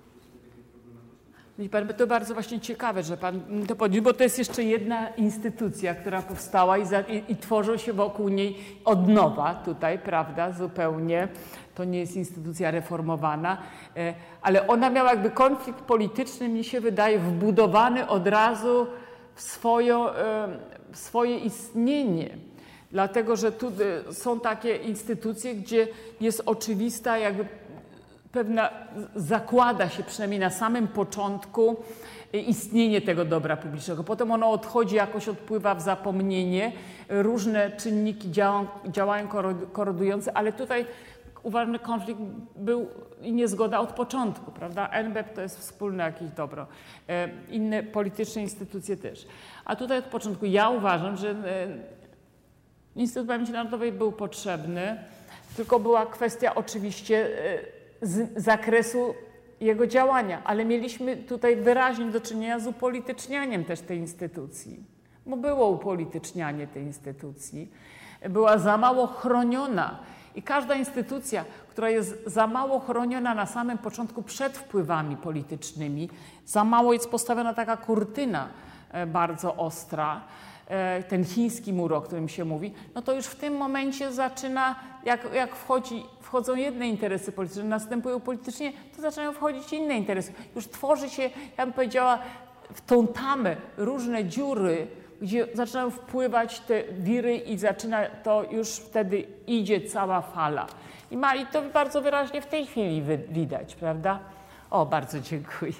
Speaker 1: Widzi Pan, to bardzo właśnie ciekawe, że Pan to podniósł, bo to jest jeszcze jedna instytucja, która powstała i, za, i, i tworzą się wokół niej od nowa tutaj, prawda, zupełnie. To nie jest instytucja reformowana, ale ona miała jakby konflikt polityczny, mi się wydaje, wbudowany od razu w, swoją, w swoje istnienie. Dlatego, że tu są takie instytucje, gdzie jest oczywista jakby pewna, zakłada się przynajmniej na samym początku istnienie tego dobra publicznego. Potem ono odchodzi, jakoś odpływa w zapomnienie. Różne czynniki działają, działają korodujące, ale tutaj uważam, że konflikt był i niezgoda od początku, prawda? en be pe to jest wspólne jakieś dobro. Inne polityczne instytucje też. A tutaj od początku ja uważam, że Instytut Pamięci Narodowej był potrzebny, tylko była kwestia oczywiście z zakresu jego działania, ale mieliśmy tutaj wyraźnie do czynienia z upolitycznianiem też tej instytucji, bo było upolitycznianie tej instytucji, była za mało chroniona i każda instytucja, która jest za mało chroniona na samym początku przed wpływami politycznymi, za mało jest postawiona taka kurtyna bardzo ostra, ten chiński mur, o którym się mówi, no to już w tym momencie zaczyna, jak, jak wchodzi, wchodzą jedne interesy polityczne, następują politycznie, to zaczynają wchodzić inne interesy. Już tworzy się, ja bym powiedziała, w tą tamę różne dziury, gdzie zaczynają wpływać te wiry i zaczyna to już wtedy idzie cała fala. I, ma, i to bardzo wyraźnie w tej chwili wy, widać, prawda? O, bardzo dziękuję.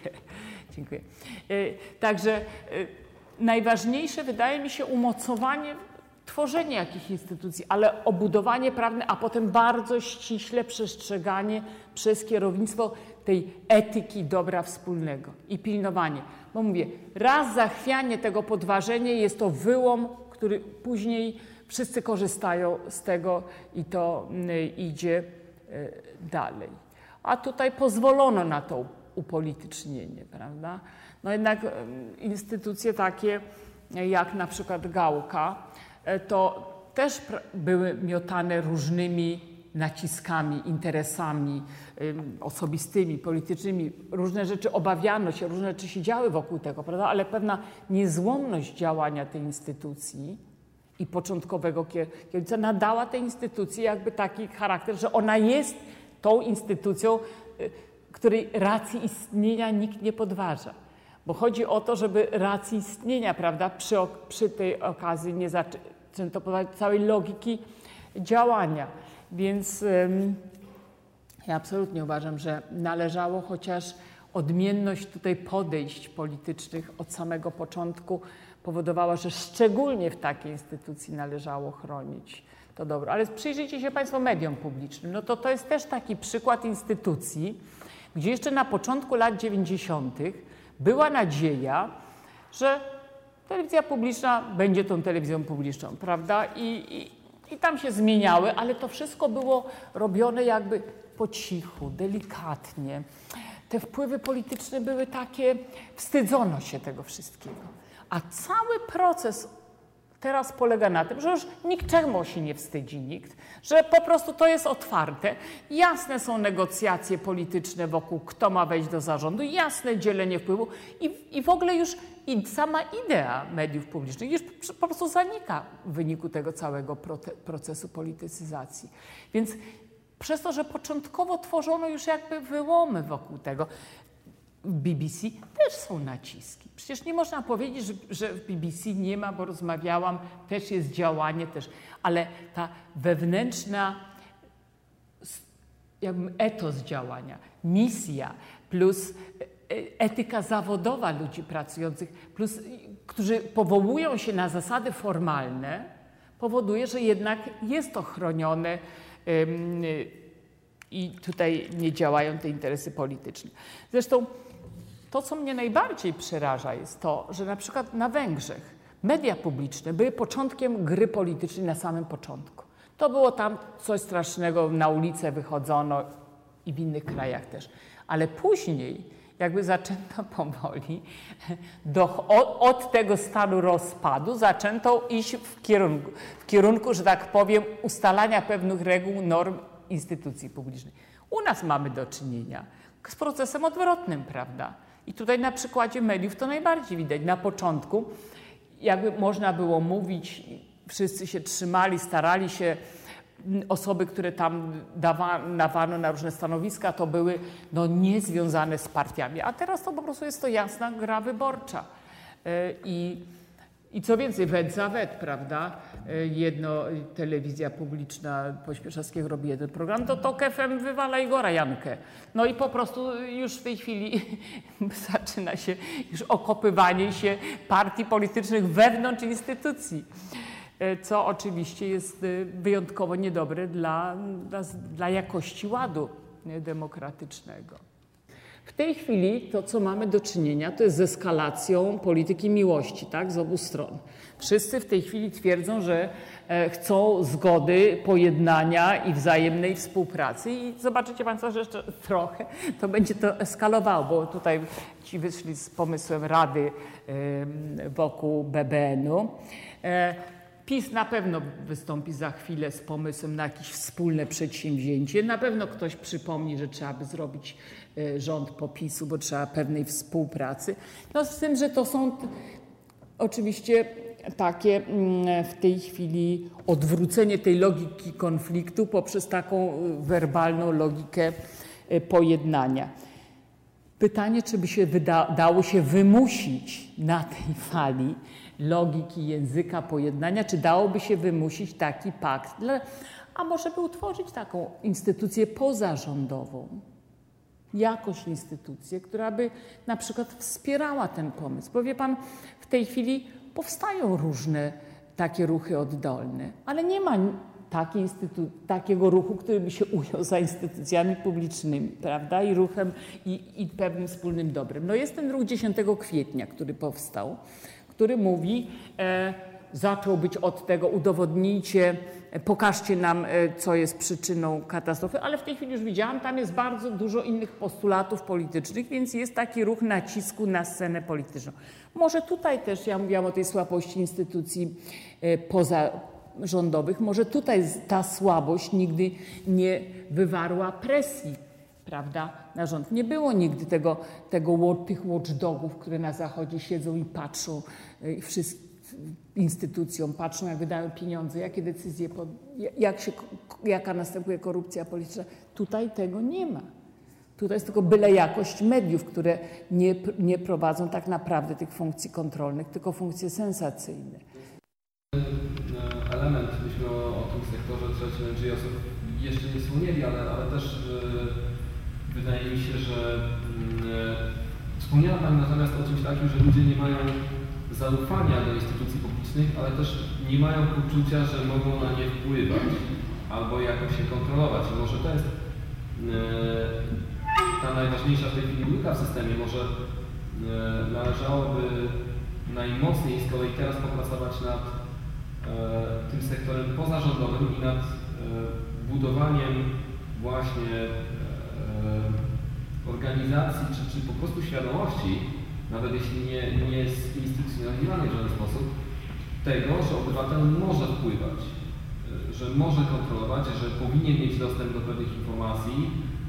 Speaker 1: dziękuję. Także najważniejsze wydaje mi się umocowanie tworzenie jakichś instytucji, ale obudowanie prawne, a potem bardzo ściśle przestrzeganie przez kierownictwo tej etyki dobra wspólnego i pilnowanie. Bo mówię, raz zachwianie tego podważenie jest to wyłom, który później wszyscy korzystają z tego i to idzie dalej. A tutaj pozwolono na to upolitycznienie, prawda? No jednak instytucje takie jak na przykład Gałka, to też były miotane różnymi naciskami, interesami osobistymi, politycznymi. Różne rzeczy obawiano się, różne rzeczy się działy wokół tego, prawda? Ale pewna niezłomność działania tej instytucji i początkowego kierownictwa nadała tej instytucji jakby taki charakter, że ona jest tą instytucją, której racji istnienia nikt nie podważa. Bo chodzi o to, żeby racji istnienia, prawda, przy, przy tej okazji nie zaczęto podważać całej logiki działania. Więc ym, ja absolutnie uważam, że należało, chociaż odmienność tutaj podejść politycznych od samego początku powodowała, że szczególnie w takiej instytucji należało chronić to dobro. Ale przyjrzyjcie się Państwo mediom publicznym. No to to jest też taki przykład instytucji, gdzie jeszcze na początku lat dziewięćdziesiątych była nadzieja, że telewizja publiczna będzie tą telewizją publiczną, prawda? I, i, i tam się zmieniały, ale to wszystko było robione jakby po cichu, delikatnie. Te wpływy polityczne były takie, wstydzono się tego wszystkiego. A cały proces teraz polega na tym, że już niczego się nie wstydzi nikt, że po prostu to jest otwarte. Jasne są negocjacje polityczne wokół, kto ma wejść do zarządu, jasne dzielenie wpływu i, i w ogóle już i sama idea mediów publicznych już po prostu zanika w wyniku tego całego procesu politycyzacji. Więc przez to, że początkowo tworzono już jakby wyłomy wokół tego, w B B C też są naciski. Przecież nie można powiedzieć, że, że w B B C nie ma, bo rozmawiałam, też jest działanie, też, ale ta wewnętrzna jakby etos działania, misja plus etyka zawodowa ludzi pracujących, plus którzy powołują się na zasady formalne, powoduje, że jednak jest to chronione ym, i tutaj nie działają te interesy polityczne. Zresztą to, co mnie najbardziej przeraża, jest to, że na przykład na Węgrzech media publiczne były początkiem gry politycznej na samym początku. To było tam coś strasznego, na ulicę wychodzono i w innych krajach też. Ale później jakby zaczęto powoli, do, od tego stanu rozpadu zaczęto iść w kierunku, w kierunku, że tak powiem, ustalania pewnych reguł, norm instytucji publicznej. U nas mamy do czynienia z procesem odwrotnym, prawda? I tutaj na przykładzie mediów to najbardziej widać. Na początku jakby można było mówić, wszyscy się trzymali, starali się, osoby, które tam dawano na różne stanowiska, to były no, niezwiązane z partiami. A teraz to po prostu jest to jasna gra wyborcza. I I co więcej, wet za wet, prawda? Jedno, telewizja publiczna Pośpieszewskiego robi jeden program, to Tok F M wywala Igora Jankę. No i po prostu już w tej chwili zaczyna się już okopywanie się partii politycznych wewnątrz instytucji, co oczywiście jest wyjątkowo niedobre dla, dla, dla jakości ładu demokratycznego. W tej chwili to, co mamy do czynienia, to jest z eskalacją polityki miłości, tak, z obu stron. Wszyscy w tej chwili twierdzą, że chcą zgody, pojednania i wzajemnej współpracy i zobaczycie Państwo, że jeszcze trochę to będzie to eskalowało, bo tutaj ci wyszli z pomysłem Rady wokół B B N-u. PiS na pewno wystąpi za chwilę z pomysłem na jakieś wspólne przedsięwzięcie. Na pewno ktoś przypomni, że trzeba by zrobić rząd po PiS-u, bo trzeba pewnej współpracy. No z tym, że to są oczywiście takie w tej chwili odwrócenie tej logiki konfliktu poprzez taką werbalną logikę pojednania. Pytanie, czy by się wyda- dało się wymusić na tej fali logiki języka pojednania, czy dałoby się wymusić taki pakt, a może by utworzyć taką instytucję pozarządową, jakąś instytucję, która by na przykład wspierała ten pomysł. Bo wie Pan, w tej chwili powstają różne takie ruchy oddolne, ale nie ma taki instytu- takiego ruchu, który by się ujął za instytucjami publicznymi, prawda, i ruchem, i, i pewnym wspólnym dobrem. No jest ten ruch dziesiątego kwietnia, który powstał, który mówi, e, zaczął być od tego, udowodnijcie, pokażcie nam, e, co jest przyczyną katastrofy, ale w tej chwili już widziałam, tam jest bardzo dużo innych postulatów politycznych, więc jest taki ruch nacisku na scenę polityczną. Może tutaj też, ja mówiłam o tej słabości instytucji e, poza rządowych, może tutaj ta słabość nigdy nie wywarła presji, prawda, na rząd. Nie było nigdy tego, tego, tych watchdogów, które na Zachodzie siedzą i patrzą i wszystkim instytucjom, patrzą, jak wydają pieniądze, jakie decyzje, pod, jak się, jaka następuje korupcja polityczna. Tutaj tego nie ma. Tutaj jest tylko byle jakość mediów, które nie, nie prowadzą tak naprawdę tych funkcji kontrolnych, tylko funkcje sensacyjne.
Speaker 3: Element, myślę o, o tym sektorze trzecim, N G O-sów jeszcze nie wspomnieli, ale, ale też yy, wydaje mi się, że yy, wspomniała Pani natomiast o czymś takim, że ludzie nie mają zaufania do instytucji publicznych, ale też nie mają poczucia, że mogą na nie wpływać albo jakoś się kontrolować. I może to jest yy, ta najważniejsza w tej chwili luka w systemie. Może yy, należałoby najmocniej z kolei teraz popracować nad tym sektorem pozarządowym i nad budowaniem właśnie organizacji, czy, czy po prostu świadomości, nawet jeśli nie, nie jest instytucjonalizowanej w żaden sposób, tego, że obywatel może wpływać, że może kontrolować, że powinien mieć dostęp do pewnych informacji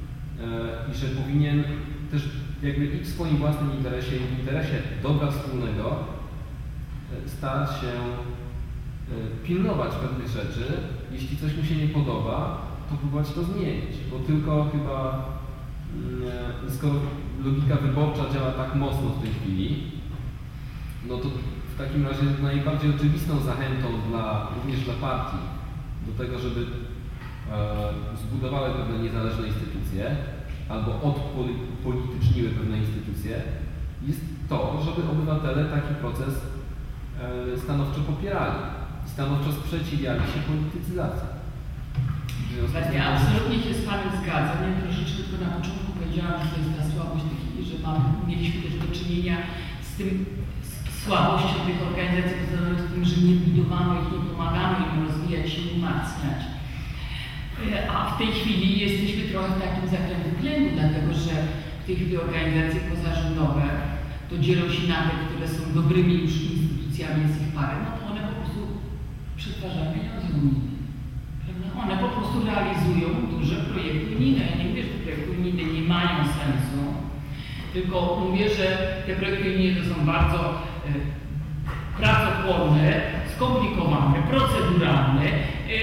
Speaker 3: i że powinien też jakby i w swoim własnym interesie, i w interesie dobra wspólnego starać się pilnować pewnych rzeczy, jeśli coś mu się nie podoba, to próbować to zmienić, bo tylko chyba, skoro logika wyborcza działa tak mocno w tej chwili, no to w takim razie najbardziej oczywistą zachętą dla, również dla partii do tego, żeby e, zbudowały pewne niezależne instytucje albo odpolityczniły pewne instytucje, jest to, żeby obywatele taki proces e, stanowczo popierali. Stanowczo sprzeciwiali się politycyzacji.
Speaker 4: Ja absolutnie się z Panem zgadzam. Ja troszeczkę tylko na początku powiedziałam, że to jest ta słabość takiej, że mamy, mieliśmy też do czynienia z tym z słabością tych organizacji pozarządowych, z tym, że nie budowano ich, nie pomagamy im rozwijać się, umacniać. A w tej chwili jesteśmy trochę w takim zakręcie tlenu, dlatego że w tej chwili organizacje pozarządowe to dzielą się na te, które są dobrymi już instytucjami, jest ich parę, no to one po prostu przetwarzają pieniądze unijne. One po prostu realizują duże projekty unijne. Ja nie mówię, że te projekty unijne nie mają sensu, tylko mówię, że te projekty unijne są bardzo e, pracochłonne, skomplikowane, proceduralne e,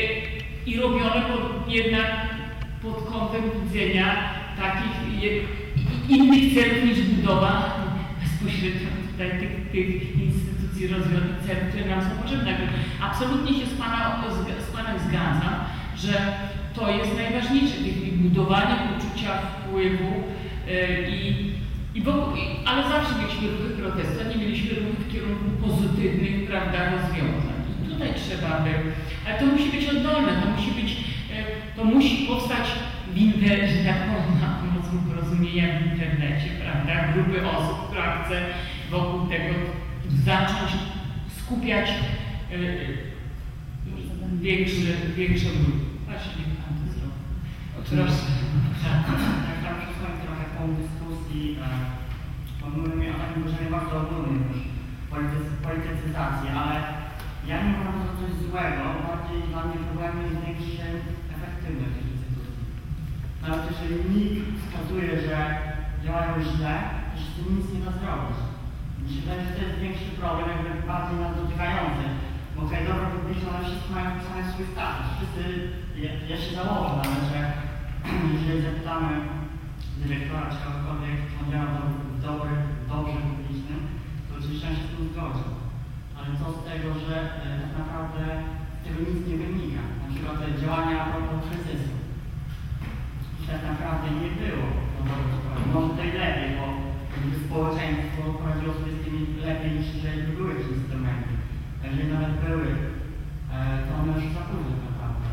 Speaker 4: i robione pod, jednak pod kątem widzenia takich je, innych celów niż budowa bezpośrednio tutaj tych, tych instytucji rozwiązanych celów, które nam są potrzebne. Absolutnie się z, Pana, z Panem zgadzam, że to jest najważniejsze, budowanie poczucia wpływu yy, i, i w ogóle, ale zawsze mieliśmy ruchy protestu, a nie mieliśmy ruchów w kierunku pozytywnych, prawda, rozwiązań. I tutaj trzeba by, ale to musi być oddolne, to musi być, yy, to musi powstać w internecie, że tak powiem, na pomocą porozumienia w internecie, prawda, grupy osób, która chce wokół tego zacząć skupiać yy, większy, większą grupę. Właśnie, niech Pan to zrobi. Proszę.
Speaker 5: Tak, tam przesłałem trochę tą dyskusji, mówimy o takim poziomie bardzo ogólnym już, politycyzacji, ale ja nie uważam za coś złego, bardziej dla mnie problemem jest większa efektywność tych instytucji. Nawet jeżeli nikt wskazuje, że działają źle, to się z tym nic nie da zrobić. Mi się wydaje, że to jest większy problem, jakby bardziej nas dotykający. Bo okej, okay, dobra publiczna, ale wszyscy mają wpisane swój status. Wszyscy, ja, ja się założę nawet, że jeżeli zapytamy dyrektora czy kogokolwiek, czy on działa w dobry, dobrze publicznym, to oczywiście on się z tym zgodzi. Ale co z tego, że e, tak naprawdę z tego nic nie wynika. Na przykład te działania a propos kryzysu. I tak naprawdę nie było. No to, może to i lepiej, bo gdyby społeczeństwo poradziło sobie z tymi lepiej niż jeżeli by były jakieś instrumenty. Jeżeli nawet były to one już za późno tak naprawdę.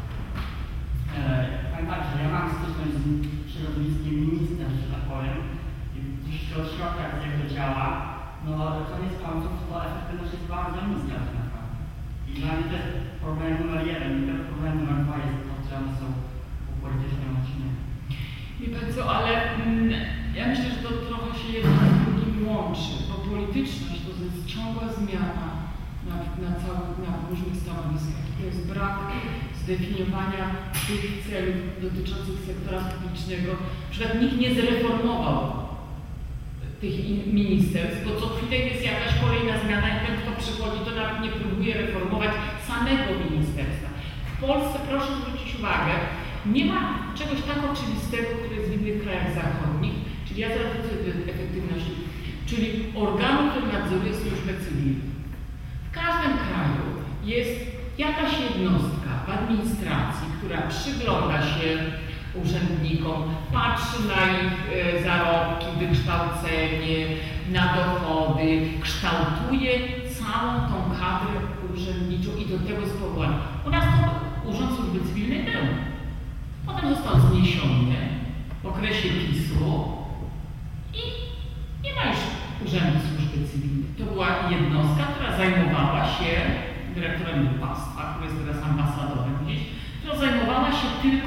Speaker 5: Powiem tak, że ja mam styczność z środowiskiem ministerstw, że tak powiem, i troszeczkę od środka jak to działa, no koniec końców to efektywność jest bardzo niska tak naprawdę. I dla mnie to jest problem numer jeden, i ten problem numer dwa jest to, że one są upolityczne odcinek.
Speaker 4: Wie pan co, ale mm, ja myślę, że to trochę się jedno z drugim łączy, bo polityczność to jest ciągła zmiana na, na, całym, na różnych stanowiskach. To jest brak zdefiniowania tych celów dotyczących sektora publicznego. Na przykład nikt nie zreformował tych ministerstw, bo co chwilę jest jakaś kolejna zmiana i ten, kto przychodzi, to nawet nie próbuje reformować samego ministerstwa. W Polsce, proszę zwrócić uwagę, nie ma czegoś tak oczywistego, które jest w innych krajach zachodnich, czyli ja zaraz wrócę do efektywności, czyli organu, który nadzoruje służbę cywilną. W każdym kraju jest jakaś jednostka w administracji, która przygląda się urzędnikom, patrzy na ich e, zarobki, wykształcenie, na dochody, kształtuje całą tą kadrę urzędniczą i do tego jest powołany. U nas to Urząd Służby Cywilnej był. Potem został zniesiony w okresie PiSu i nie ma już Urzędu Służby Cywilnej. To była jednostka, która zajmowała się dyrektorem państwa, który jest teraz ambasadorem gdzieś, która zajmowała się tylko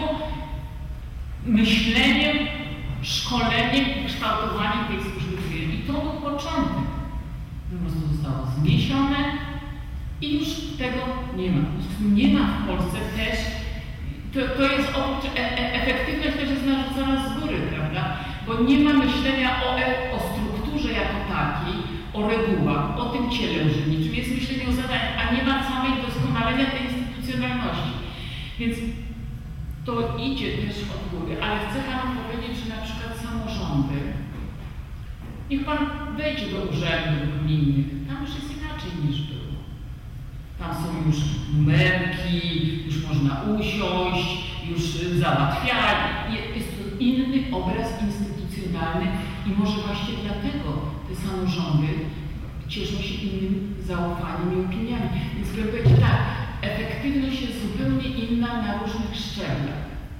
Speaker 4: myśleniem, szkoleniem i kształtowaniem tej służby cywilnej. I to był początek. Po prostu zostało zniesione i już tego nie ma. Nie ma w Polsce też, to, to jest oprócz, e, e, efektywność też jest narzucona z góry, prawda? Bo nie ma myślenia o, e, o strukturze jako takiej, o regułach, o tym ciele urzędniczym. Jest myślenie o zadaniach, a nie ma samej doskonalenia tej instytucjonalności. Więc to idzie też od góry, ale chcę Panu powiedzieć, że na przykład samorządy, niech Pan wejdzie do urzędów gminnych, tam już jest inaczej niż było. Tam są już numerki, już można usiąść, już załatwiali. Jest to inny obraz instytucjonalny i może właśnie dlatego te samorządy cieszą się innym zaufaniem i opiniami. Więc chcę powiedzieć tak, efektywność jest zupełnie inna na różnych szczeblach.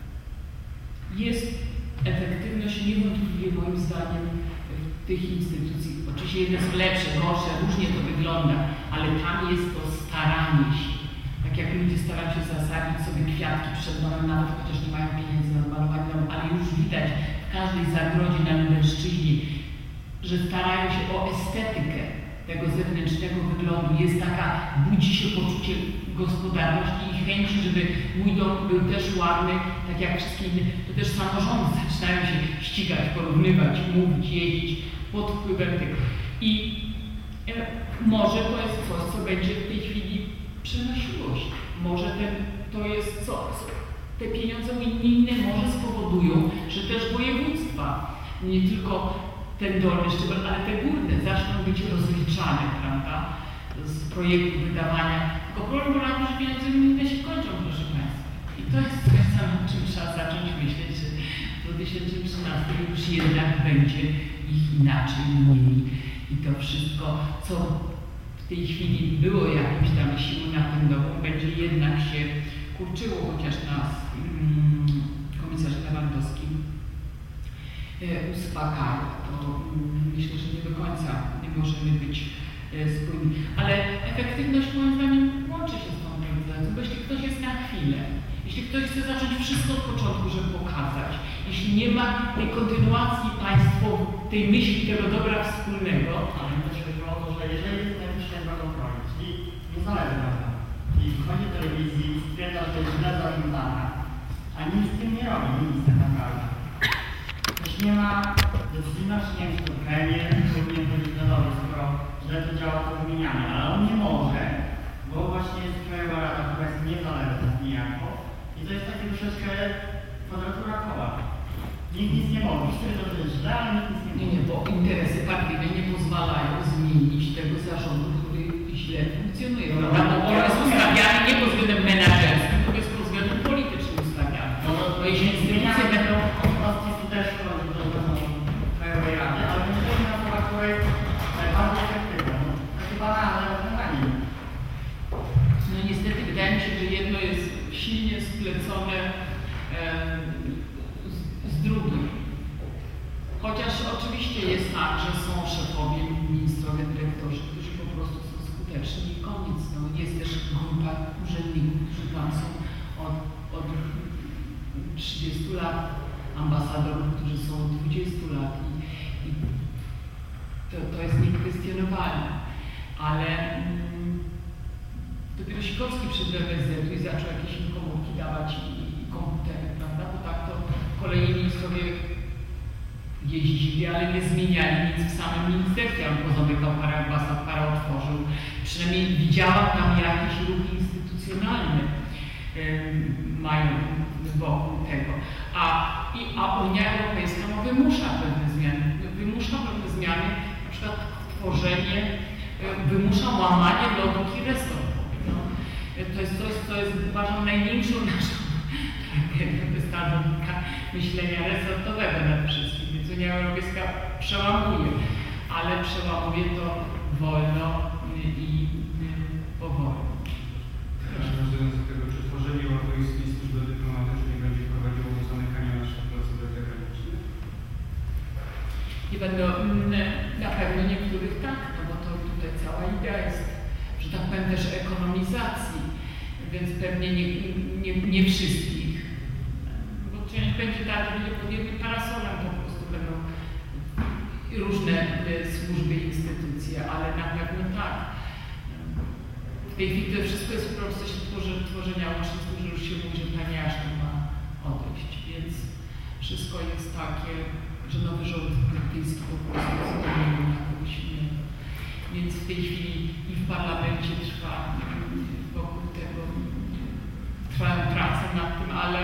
Speaker 4: Jest efektywność niewątpliwie moim zdaniem w tych instytucji. Oczywiście jedne są lepsze, gorsze, różnie to wygląda, ale tam jest to staranie się. Tak jak ludzie starają się zasadzić sobie kwiatki przed domem, nawet chociaż nie mają pieniędzy na malowanie domu, ale już widać w każdej zagrodzie na Lubelszczyźnie, że starają się o estetykę tego zewnętrznego wyglądu. Jest taka, budzi się poczucie gospodarności i chęci, żeby mój dom był też ładny, tak jak wszystkie inne. To też samorządy zaczynają się ścigać, porównywać, mówić, jeździć pod wpływem tego. I e, może to jest coś, co będzie w tej chwili przynosiło się. Może ten, to jest co, co te pieniądze unijne może spowodują, że też województwa, nie tylko ten dolny szczebel, ale te górne zaczną być rozliczane, prawda, z projektu wydawania. Tylko problem polega na tym, że pieniądze unijne się kończą, proszę Państwa. I to jest coś, nad czym trzeba zacząć myśleć, że w dwa tysiące trzynastym już jednak będzie ich inaczej, mniej. I to wszystko, co w tej chwili było jakimś tam siłą napędową, będzie jednak się kurczyło, chociaż nas mm, komisarz Lewandowski uspokaja, to myślę, że nie do końca nie możemy być spójni. Ale efektywność moim zdaniem łączy się z tą organizacją, bo jeśli ktoś jest na chwilę, jeśli ktoś chce zacząć wszystko od początku, żeby pokazać, jeśli nie ma tej kontynuacji państwo, tej myśli, tego dobra wspólnego,
Speaker 5: ale też chodziło o to, że jeżeli jest jakiś ten projekt, czyli niezależna, i wchodzi do telewizji i stwierdza, że jest źle zarządzana, a nic z tym nie robi, nic tak naprawdę. Nie ma decyzji na przyjęciu premier, powinien być dodatkowy, skoro źle to działa, to wymieniamy, ale on nie może, bo właśnie jest Krajowa Rada, która jest niezależna niejako i to jest takie troszeczkę kwadratura koła. Nikt nic nie może, myślę, że to jest źle, ale nikt nic nie może.
Speaker 4: Nie, nie, bo interesy partyjne nie pozwalają zmienić tego zarządu, który źle funkcjonuje. No, no, bo on jest ustawiany nie pod względem menedżerskim, tylko jest pod względem politycznym ustawiany. No, no, no jeśli instytucje będą
Speaker 5: też wchodzi do Krajowej Rady, ale myślę, na osoba, która jest bardzo efektywna. Takie banalne rozwiązanie.
Speaker 4: No niestety wydaje mi się, zlecone z, z drugim. Chociaż oczywiście jest tak, że są szefowie, ministrowie, dyrektorzy, którzy po prostu są skuteczni i koniec. No, jest też grupa urzędników, którzy tam są od, od trzydziestu lat, ambasadorów, którzy są od dwudziestu lat i, i to, to jest niekwestionowalne. Ale mm, dopiero Sikorski przyszedł do M S Z-u i zaczął jakieś komórki dawać i, i komputery, prawda? Bo tak to kolejni ministrowie jeździli, ale nie zmieniali nic w samym ministerstwie. On pozamykał parę ambasad, parę otworzył. Przynajmniej widziałam tam jakieś ruchy instytucjonalne ym, mają wokół tego. A, i, a Unia Europejska no, wymusza pewne zmiany. Wymusza pewne zmiany, na przykład tworzenie, y, wymusza łamanie logiki resortowej. No. To jest coś, co jest uważam najmniejszą naszą tragedią. To jest ta logika myślenia resortowego nad wszystkim. Więc Unia Europejska przełamuje, ale przełamuje to wolno i powoli.
Speaker 2: Nawiązując do tego, czy tworzenie Europejskiej Służby Dyplomatycznej będzie prowadziło do zamykania naszych placówek zagranicznych?
Speaker 4: Nie będą, na pewno niektórych tak, no bo to tutaj cała idea jest, że tak powiem, też ekonomizacji, więc pewnie nie, nie, nie wszystkich. Bo część będzie tak, że będzie pod jednym parasolem po prostu będą różne służby i instytucje, ale na pewno tak. W tej chwili to wszystko jest w procesie tworzenia łącznych służb, że już się mówi, że pani Ashton ma odejść, więc wszystko jest takie, że nowy rząd brytyjski po prostu zupełnie na kogoś innego. Więc w tej chwili i w parlamencie trwa wokół tego, trwają prace nad tym, ale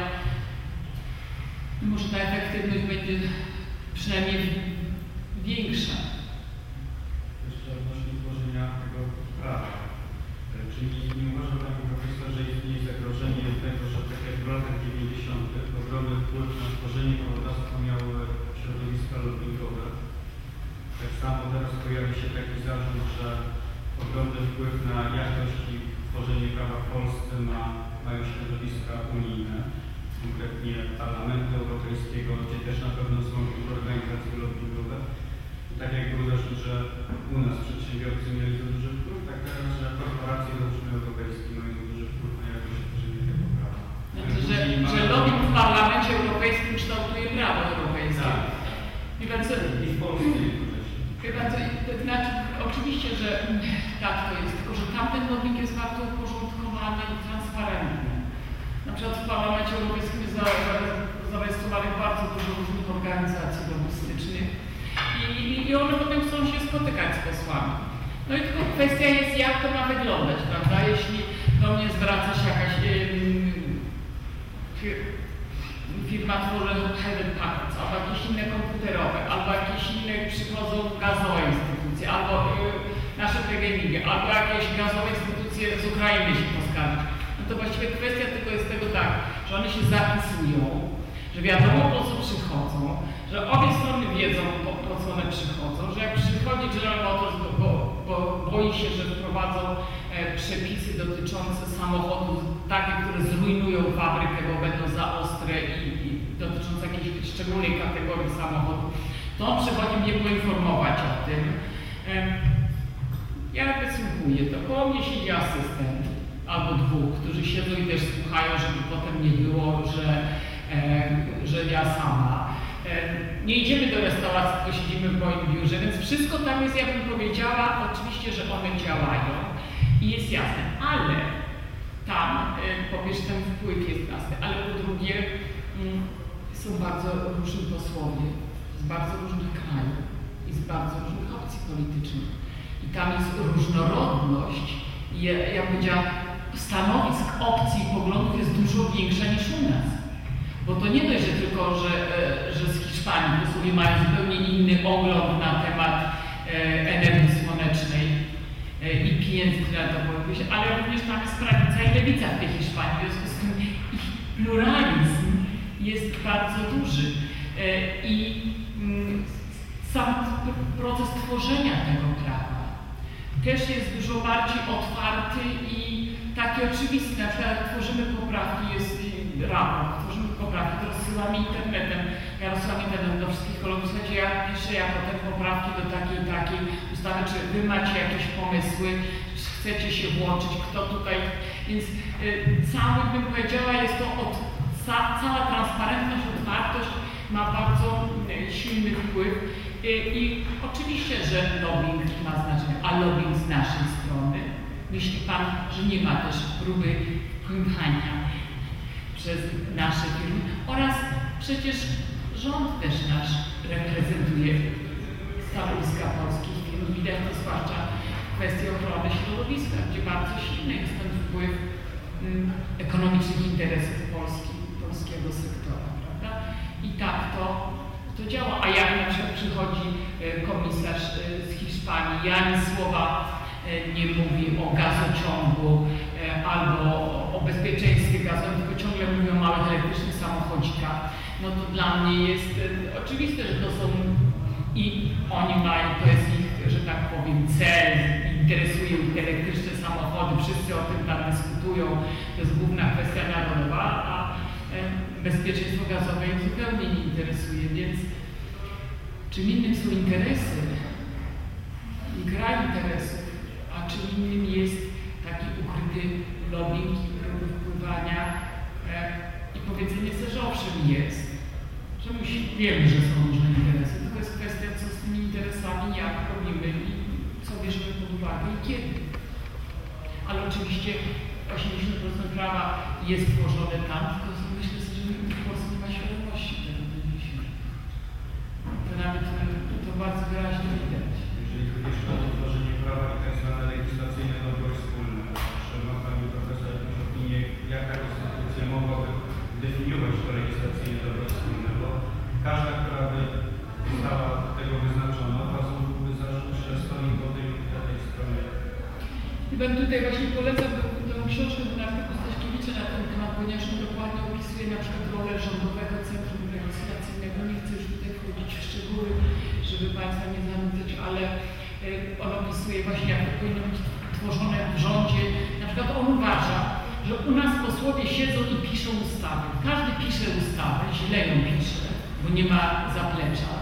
Speaker 4: może ta efektywność będzie przynajmniej większa.
Speaker 2: Jeszcze odnośnie tworzenia tego prawa. Czyli nie uważa Pani Profesor, że istnieje zagrożenie tego, że tak jak w latach dziewięćdziesiątych ogromny wpływ na tworzenie prawodawstwa miały środowiska lobbyingowe. Tak samo teraz pojawi się taki zarzut, że ogromny wpływ na jakość i tworzenie prawa w Polsce ma, mają środowiska unijne, konkretnie Parlamentu Europejskiego, gdzie też na pewno są organizacje lobbyingowe. I tak jak było też, że u nas przedsiębiorcy mieli to duży wpływ, tak teraz, że korporacje różne europejskie mają duży wpływ na jakość tworzenia tego prawa.
Speaker 4: Znaczy, że, że lobbying w Parlamencie Europejskim kształtuje prawo europejskie.
Speaker 2: Tak.
Speaker 4: I bardzo,
Speaker 2: I w Polsce
Speaker 4: wie pan co, to znaczy, oczywiście, że tak to jest, tylko że tamten lobbying jest bardzo uporządkowany i transparentny. Na przykład w Parlamencie Europejskim jest zarejestrowanych bardzo dużo różnych organizacji lobbystycznych i, i one potem chcą się spotykać z posłami. No i tylko kwestia jest, jak to ma wyglądać, prawda? Jeśli do mnie zwraca się jakaś yy, firma tworzy Hewlett Packard, albo jakieś inne komputerowe, albo jakieś inne przychodzą gazowe instytucje, albo yy, nasze P G N I G, albo jakieś gazowe instytucje z Ukrainy się poskarżą. No to właściwie kwestia tylko jest tego tak, że one się zapisują, że wiadomo po co przychodzą, że obie strony wiedzą po, po co one przychodzą, że jak przychodzi General Motors, bo, bo, bo boi się, że wprowadzą e, przepisy dotyczące samochodów takie, które zrujnują fabrykę, bo będą za ostre i, i dotyczące jakiejś szczególnej kategorii samochodów, to on przychodzi mnie poinformować o tym. E, ja wysłuchuję to, koło mnie siedzi asystent albo dwóch, którzy siedzą i też słuchają, żeby potem nie było, że, e, że ja sama. E, nie idziemy do restauracji, tylko siedzimy w moim biurze, więc wszystko tam jest, ja bym powiedziała, oczywiście, że one działają i jest jasne, ale tam, e, po pierwsze ten wpływ jest jasny, ale po drugie mm, są bardzo różni posłowie z bardzo różnych krajów i z bardzo różnych opcji politycznych. I tam jest różnorodność i ja, ja powiedziałam, stanowisk, opcji i poglądów jest dużo większa niż u nas. Bo to nie dość, że tylko, że, że z Hiszpanii posłowie mają zupełnie inny ogląd na temat energii słonecznej i pieniędzy, które na to pojawiły, ale również tam jest prawica i lewica w tej Hiszpanii. W związku z tym ich pluralizm jest bardzo duży. I sam proces tworzenia tego prawa też jest dużo bardziej otwarty i taki oczywisty. Na przykład jak tworzymy poprawki, jest raport, tworzymy poprawki, to rozsyłamy internetem. Ja rozsyłam internetem do wszystkich kolegów, słuchajcie, ja piszę jako te poprawki do takiej takiej ustawy, czy wy macie jakieś pomysły, czy chcecie się włączyć, kto tutaj, więc y, cały, bym powiedziała, jest to od, ca, cała transparentność, otwartość ma bardzo y, silny wpływ y, i oczywiście, że lobbying ma znaczenie, a lobbying z naszej strony, myśli pan, że nie ma też próby wpływania przez nasze firmy oraz przecież rząd też nasz reprezentuje stanowiska polskich firm. Widać to zwłaszcza w kwestii ochrony środowiska, gdzie bardzo silny jest ten wpływ mm, ekonomicznych interesów Polski, polskiego sektora, prawda? I tak to, to działa. A jak na przykład przychodzi y, komisarz y, z Hiszpanii, ja ani słowa y, nie mówi o gazociągu y, albo o, o bezpieczeństwie gazowym, tylko ciągle mówi o małych elektrycznych samochodzikach, no to dla mnie jest y, oczywiste, że to są i oni mają, to jest ich, że tak powiem, cel, interesują ich elektryczne samochody, wszyscy o tym tam dyskutują, to jest główna kwestia narodowa, a y, bezpieczeństwo gazowe ich zupełnie nie interesuje, więc czym innym są interesy i kraj interesów, a czym innym jest taki ukryty lobbying i próby wpływania e, i powiedzenie sobie, że owszem jest, że musi, wiemy, że są różne interesy, tylko jest kwestia, co z tymi interesami, jak robimy i co bierzemy pod uwagę i kiedy. Ale oczywiście osiemdziesiąt procent prawa jest tworzone tam, tylko myślę sobie, że w Polsce nie ma świadomości tego do dzisiaj. To nawet to bardzo wyraźnie widać.
Speaker 2: Jeżeli chodzi o tworzenie prawa i tak zwane legislacyjne dobro wspólne, czy ma Pani Profesor jakąś opinię, jaka instytucja mogłaby definiować to legislacyjne dobro wspólne, bo każda, która by została tego wyznaczona, od razu byłby zarzut, że stoi po tej, po tej stronie.
Speaker 4: Chyba tutaj właśnie polecam tę książkę na artykuł Staśkiewicza na ten temat, ponieważ on dokładnie opisuje na przykład rolę Rządowego Centrum Legislacyjnego. Nie chcę już tutaj wchodzić w szczegóły, żeby Państwa nie zanudzać, ale on opisuje właśnie, jak to powinno być tworzone w rządzie. Na przykład on uważa, że u nas posłowie siedzą i piszą ustawy. Każdy pisze ustawę, źle ją pisze, bo nie ma zaplecza.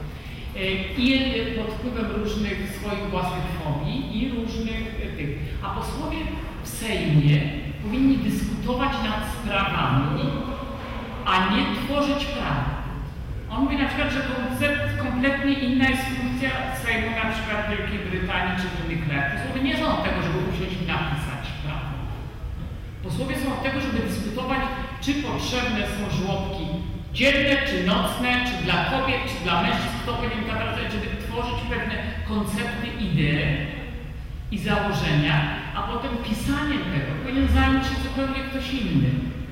Speaker 4: I pod wpływem różnych swoich własnych fobii i różnych tych. A posłowie w Sejmie powinni dyskutować nad sprawami, a nie tworzyć prawa. On mówi na przykład, że koncept, kompletnie inna jest funkcja Sejmu na przykład w Wielkiej Brytanii czy w innych krajach. Posłowie nie są od tego, żeby usiąść i napisać prawo. Posłowie są od tego, żeby dyskutować, czy potrzebne są żłobki dzienne, czy nocne, czy dla kobiet, czy dla mężczyzn, kto powinien tam pracować, żeby tworzyć pewne koncepty, idee i założenia, a potem pisaniem tego powinien zająć się zupełnie ktoś inny.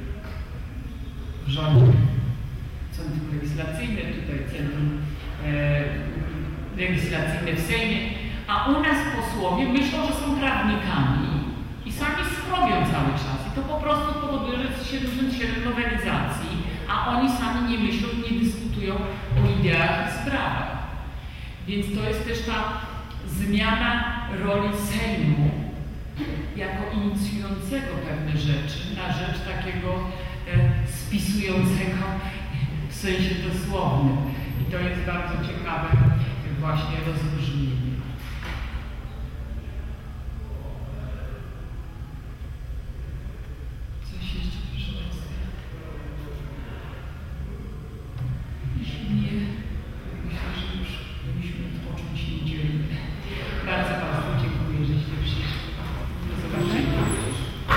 Speaker 4: W rządzie. Centrum legislacyjne, tutaj centrum e, legislacyjne w Sejmie, a u nas posłowie myślą, że są prawnikami i sami skrobią cały czas. I to po prostu powoduje, że jest siedemdziesiąt siedem nowelizacji, a oni sami nie myślą i nie dyskutują o ideach i sprawach. Więc to jest też ta zmiana roli Sejmu jako inicjującego pewne rzeczy na rzecz takiego e, spisującego w sensie dosłownym. I to jest bardzo ciekawe właśnie rozróżnienie.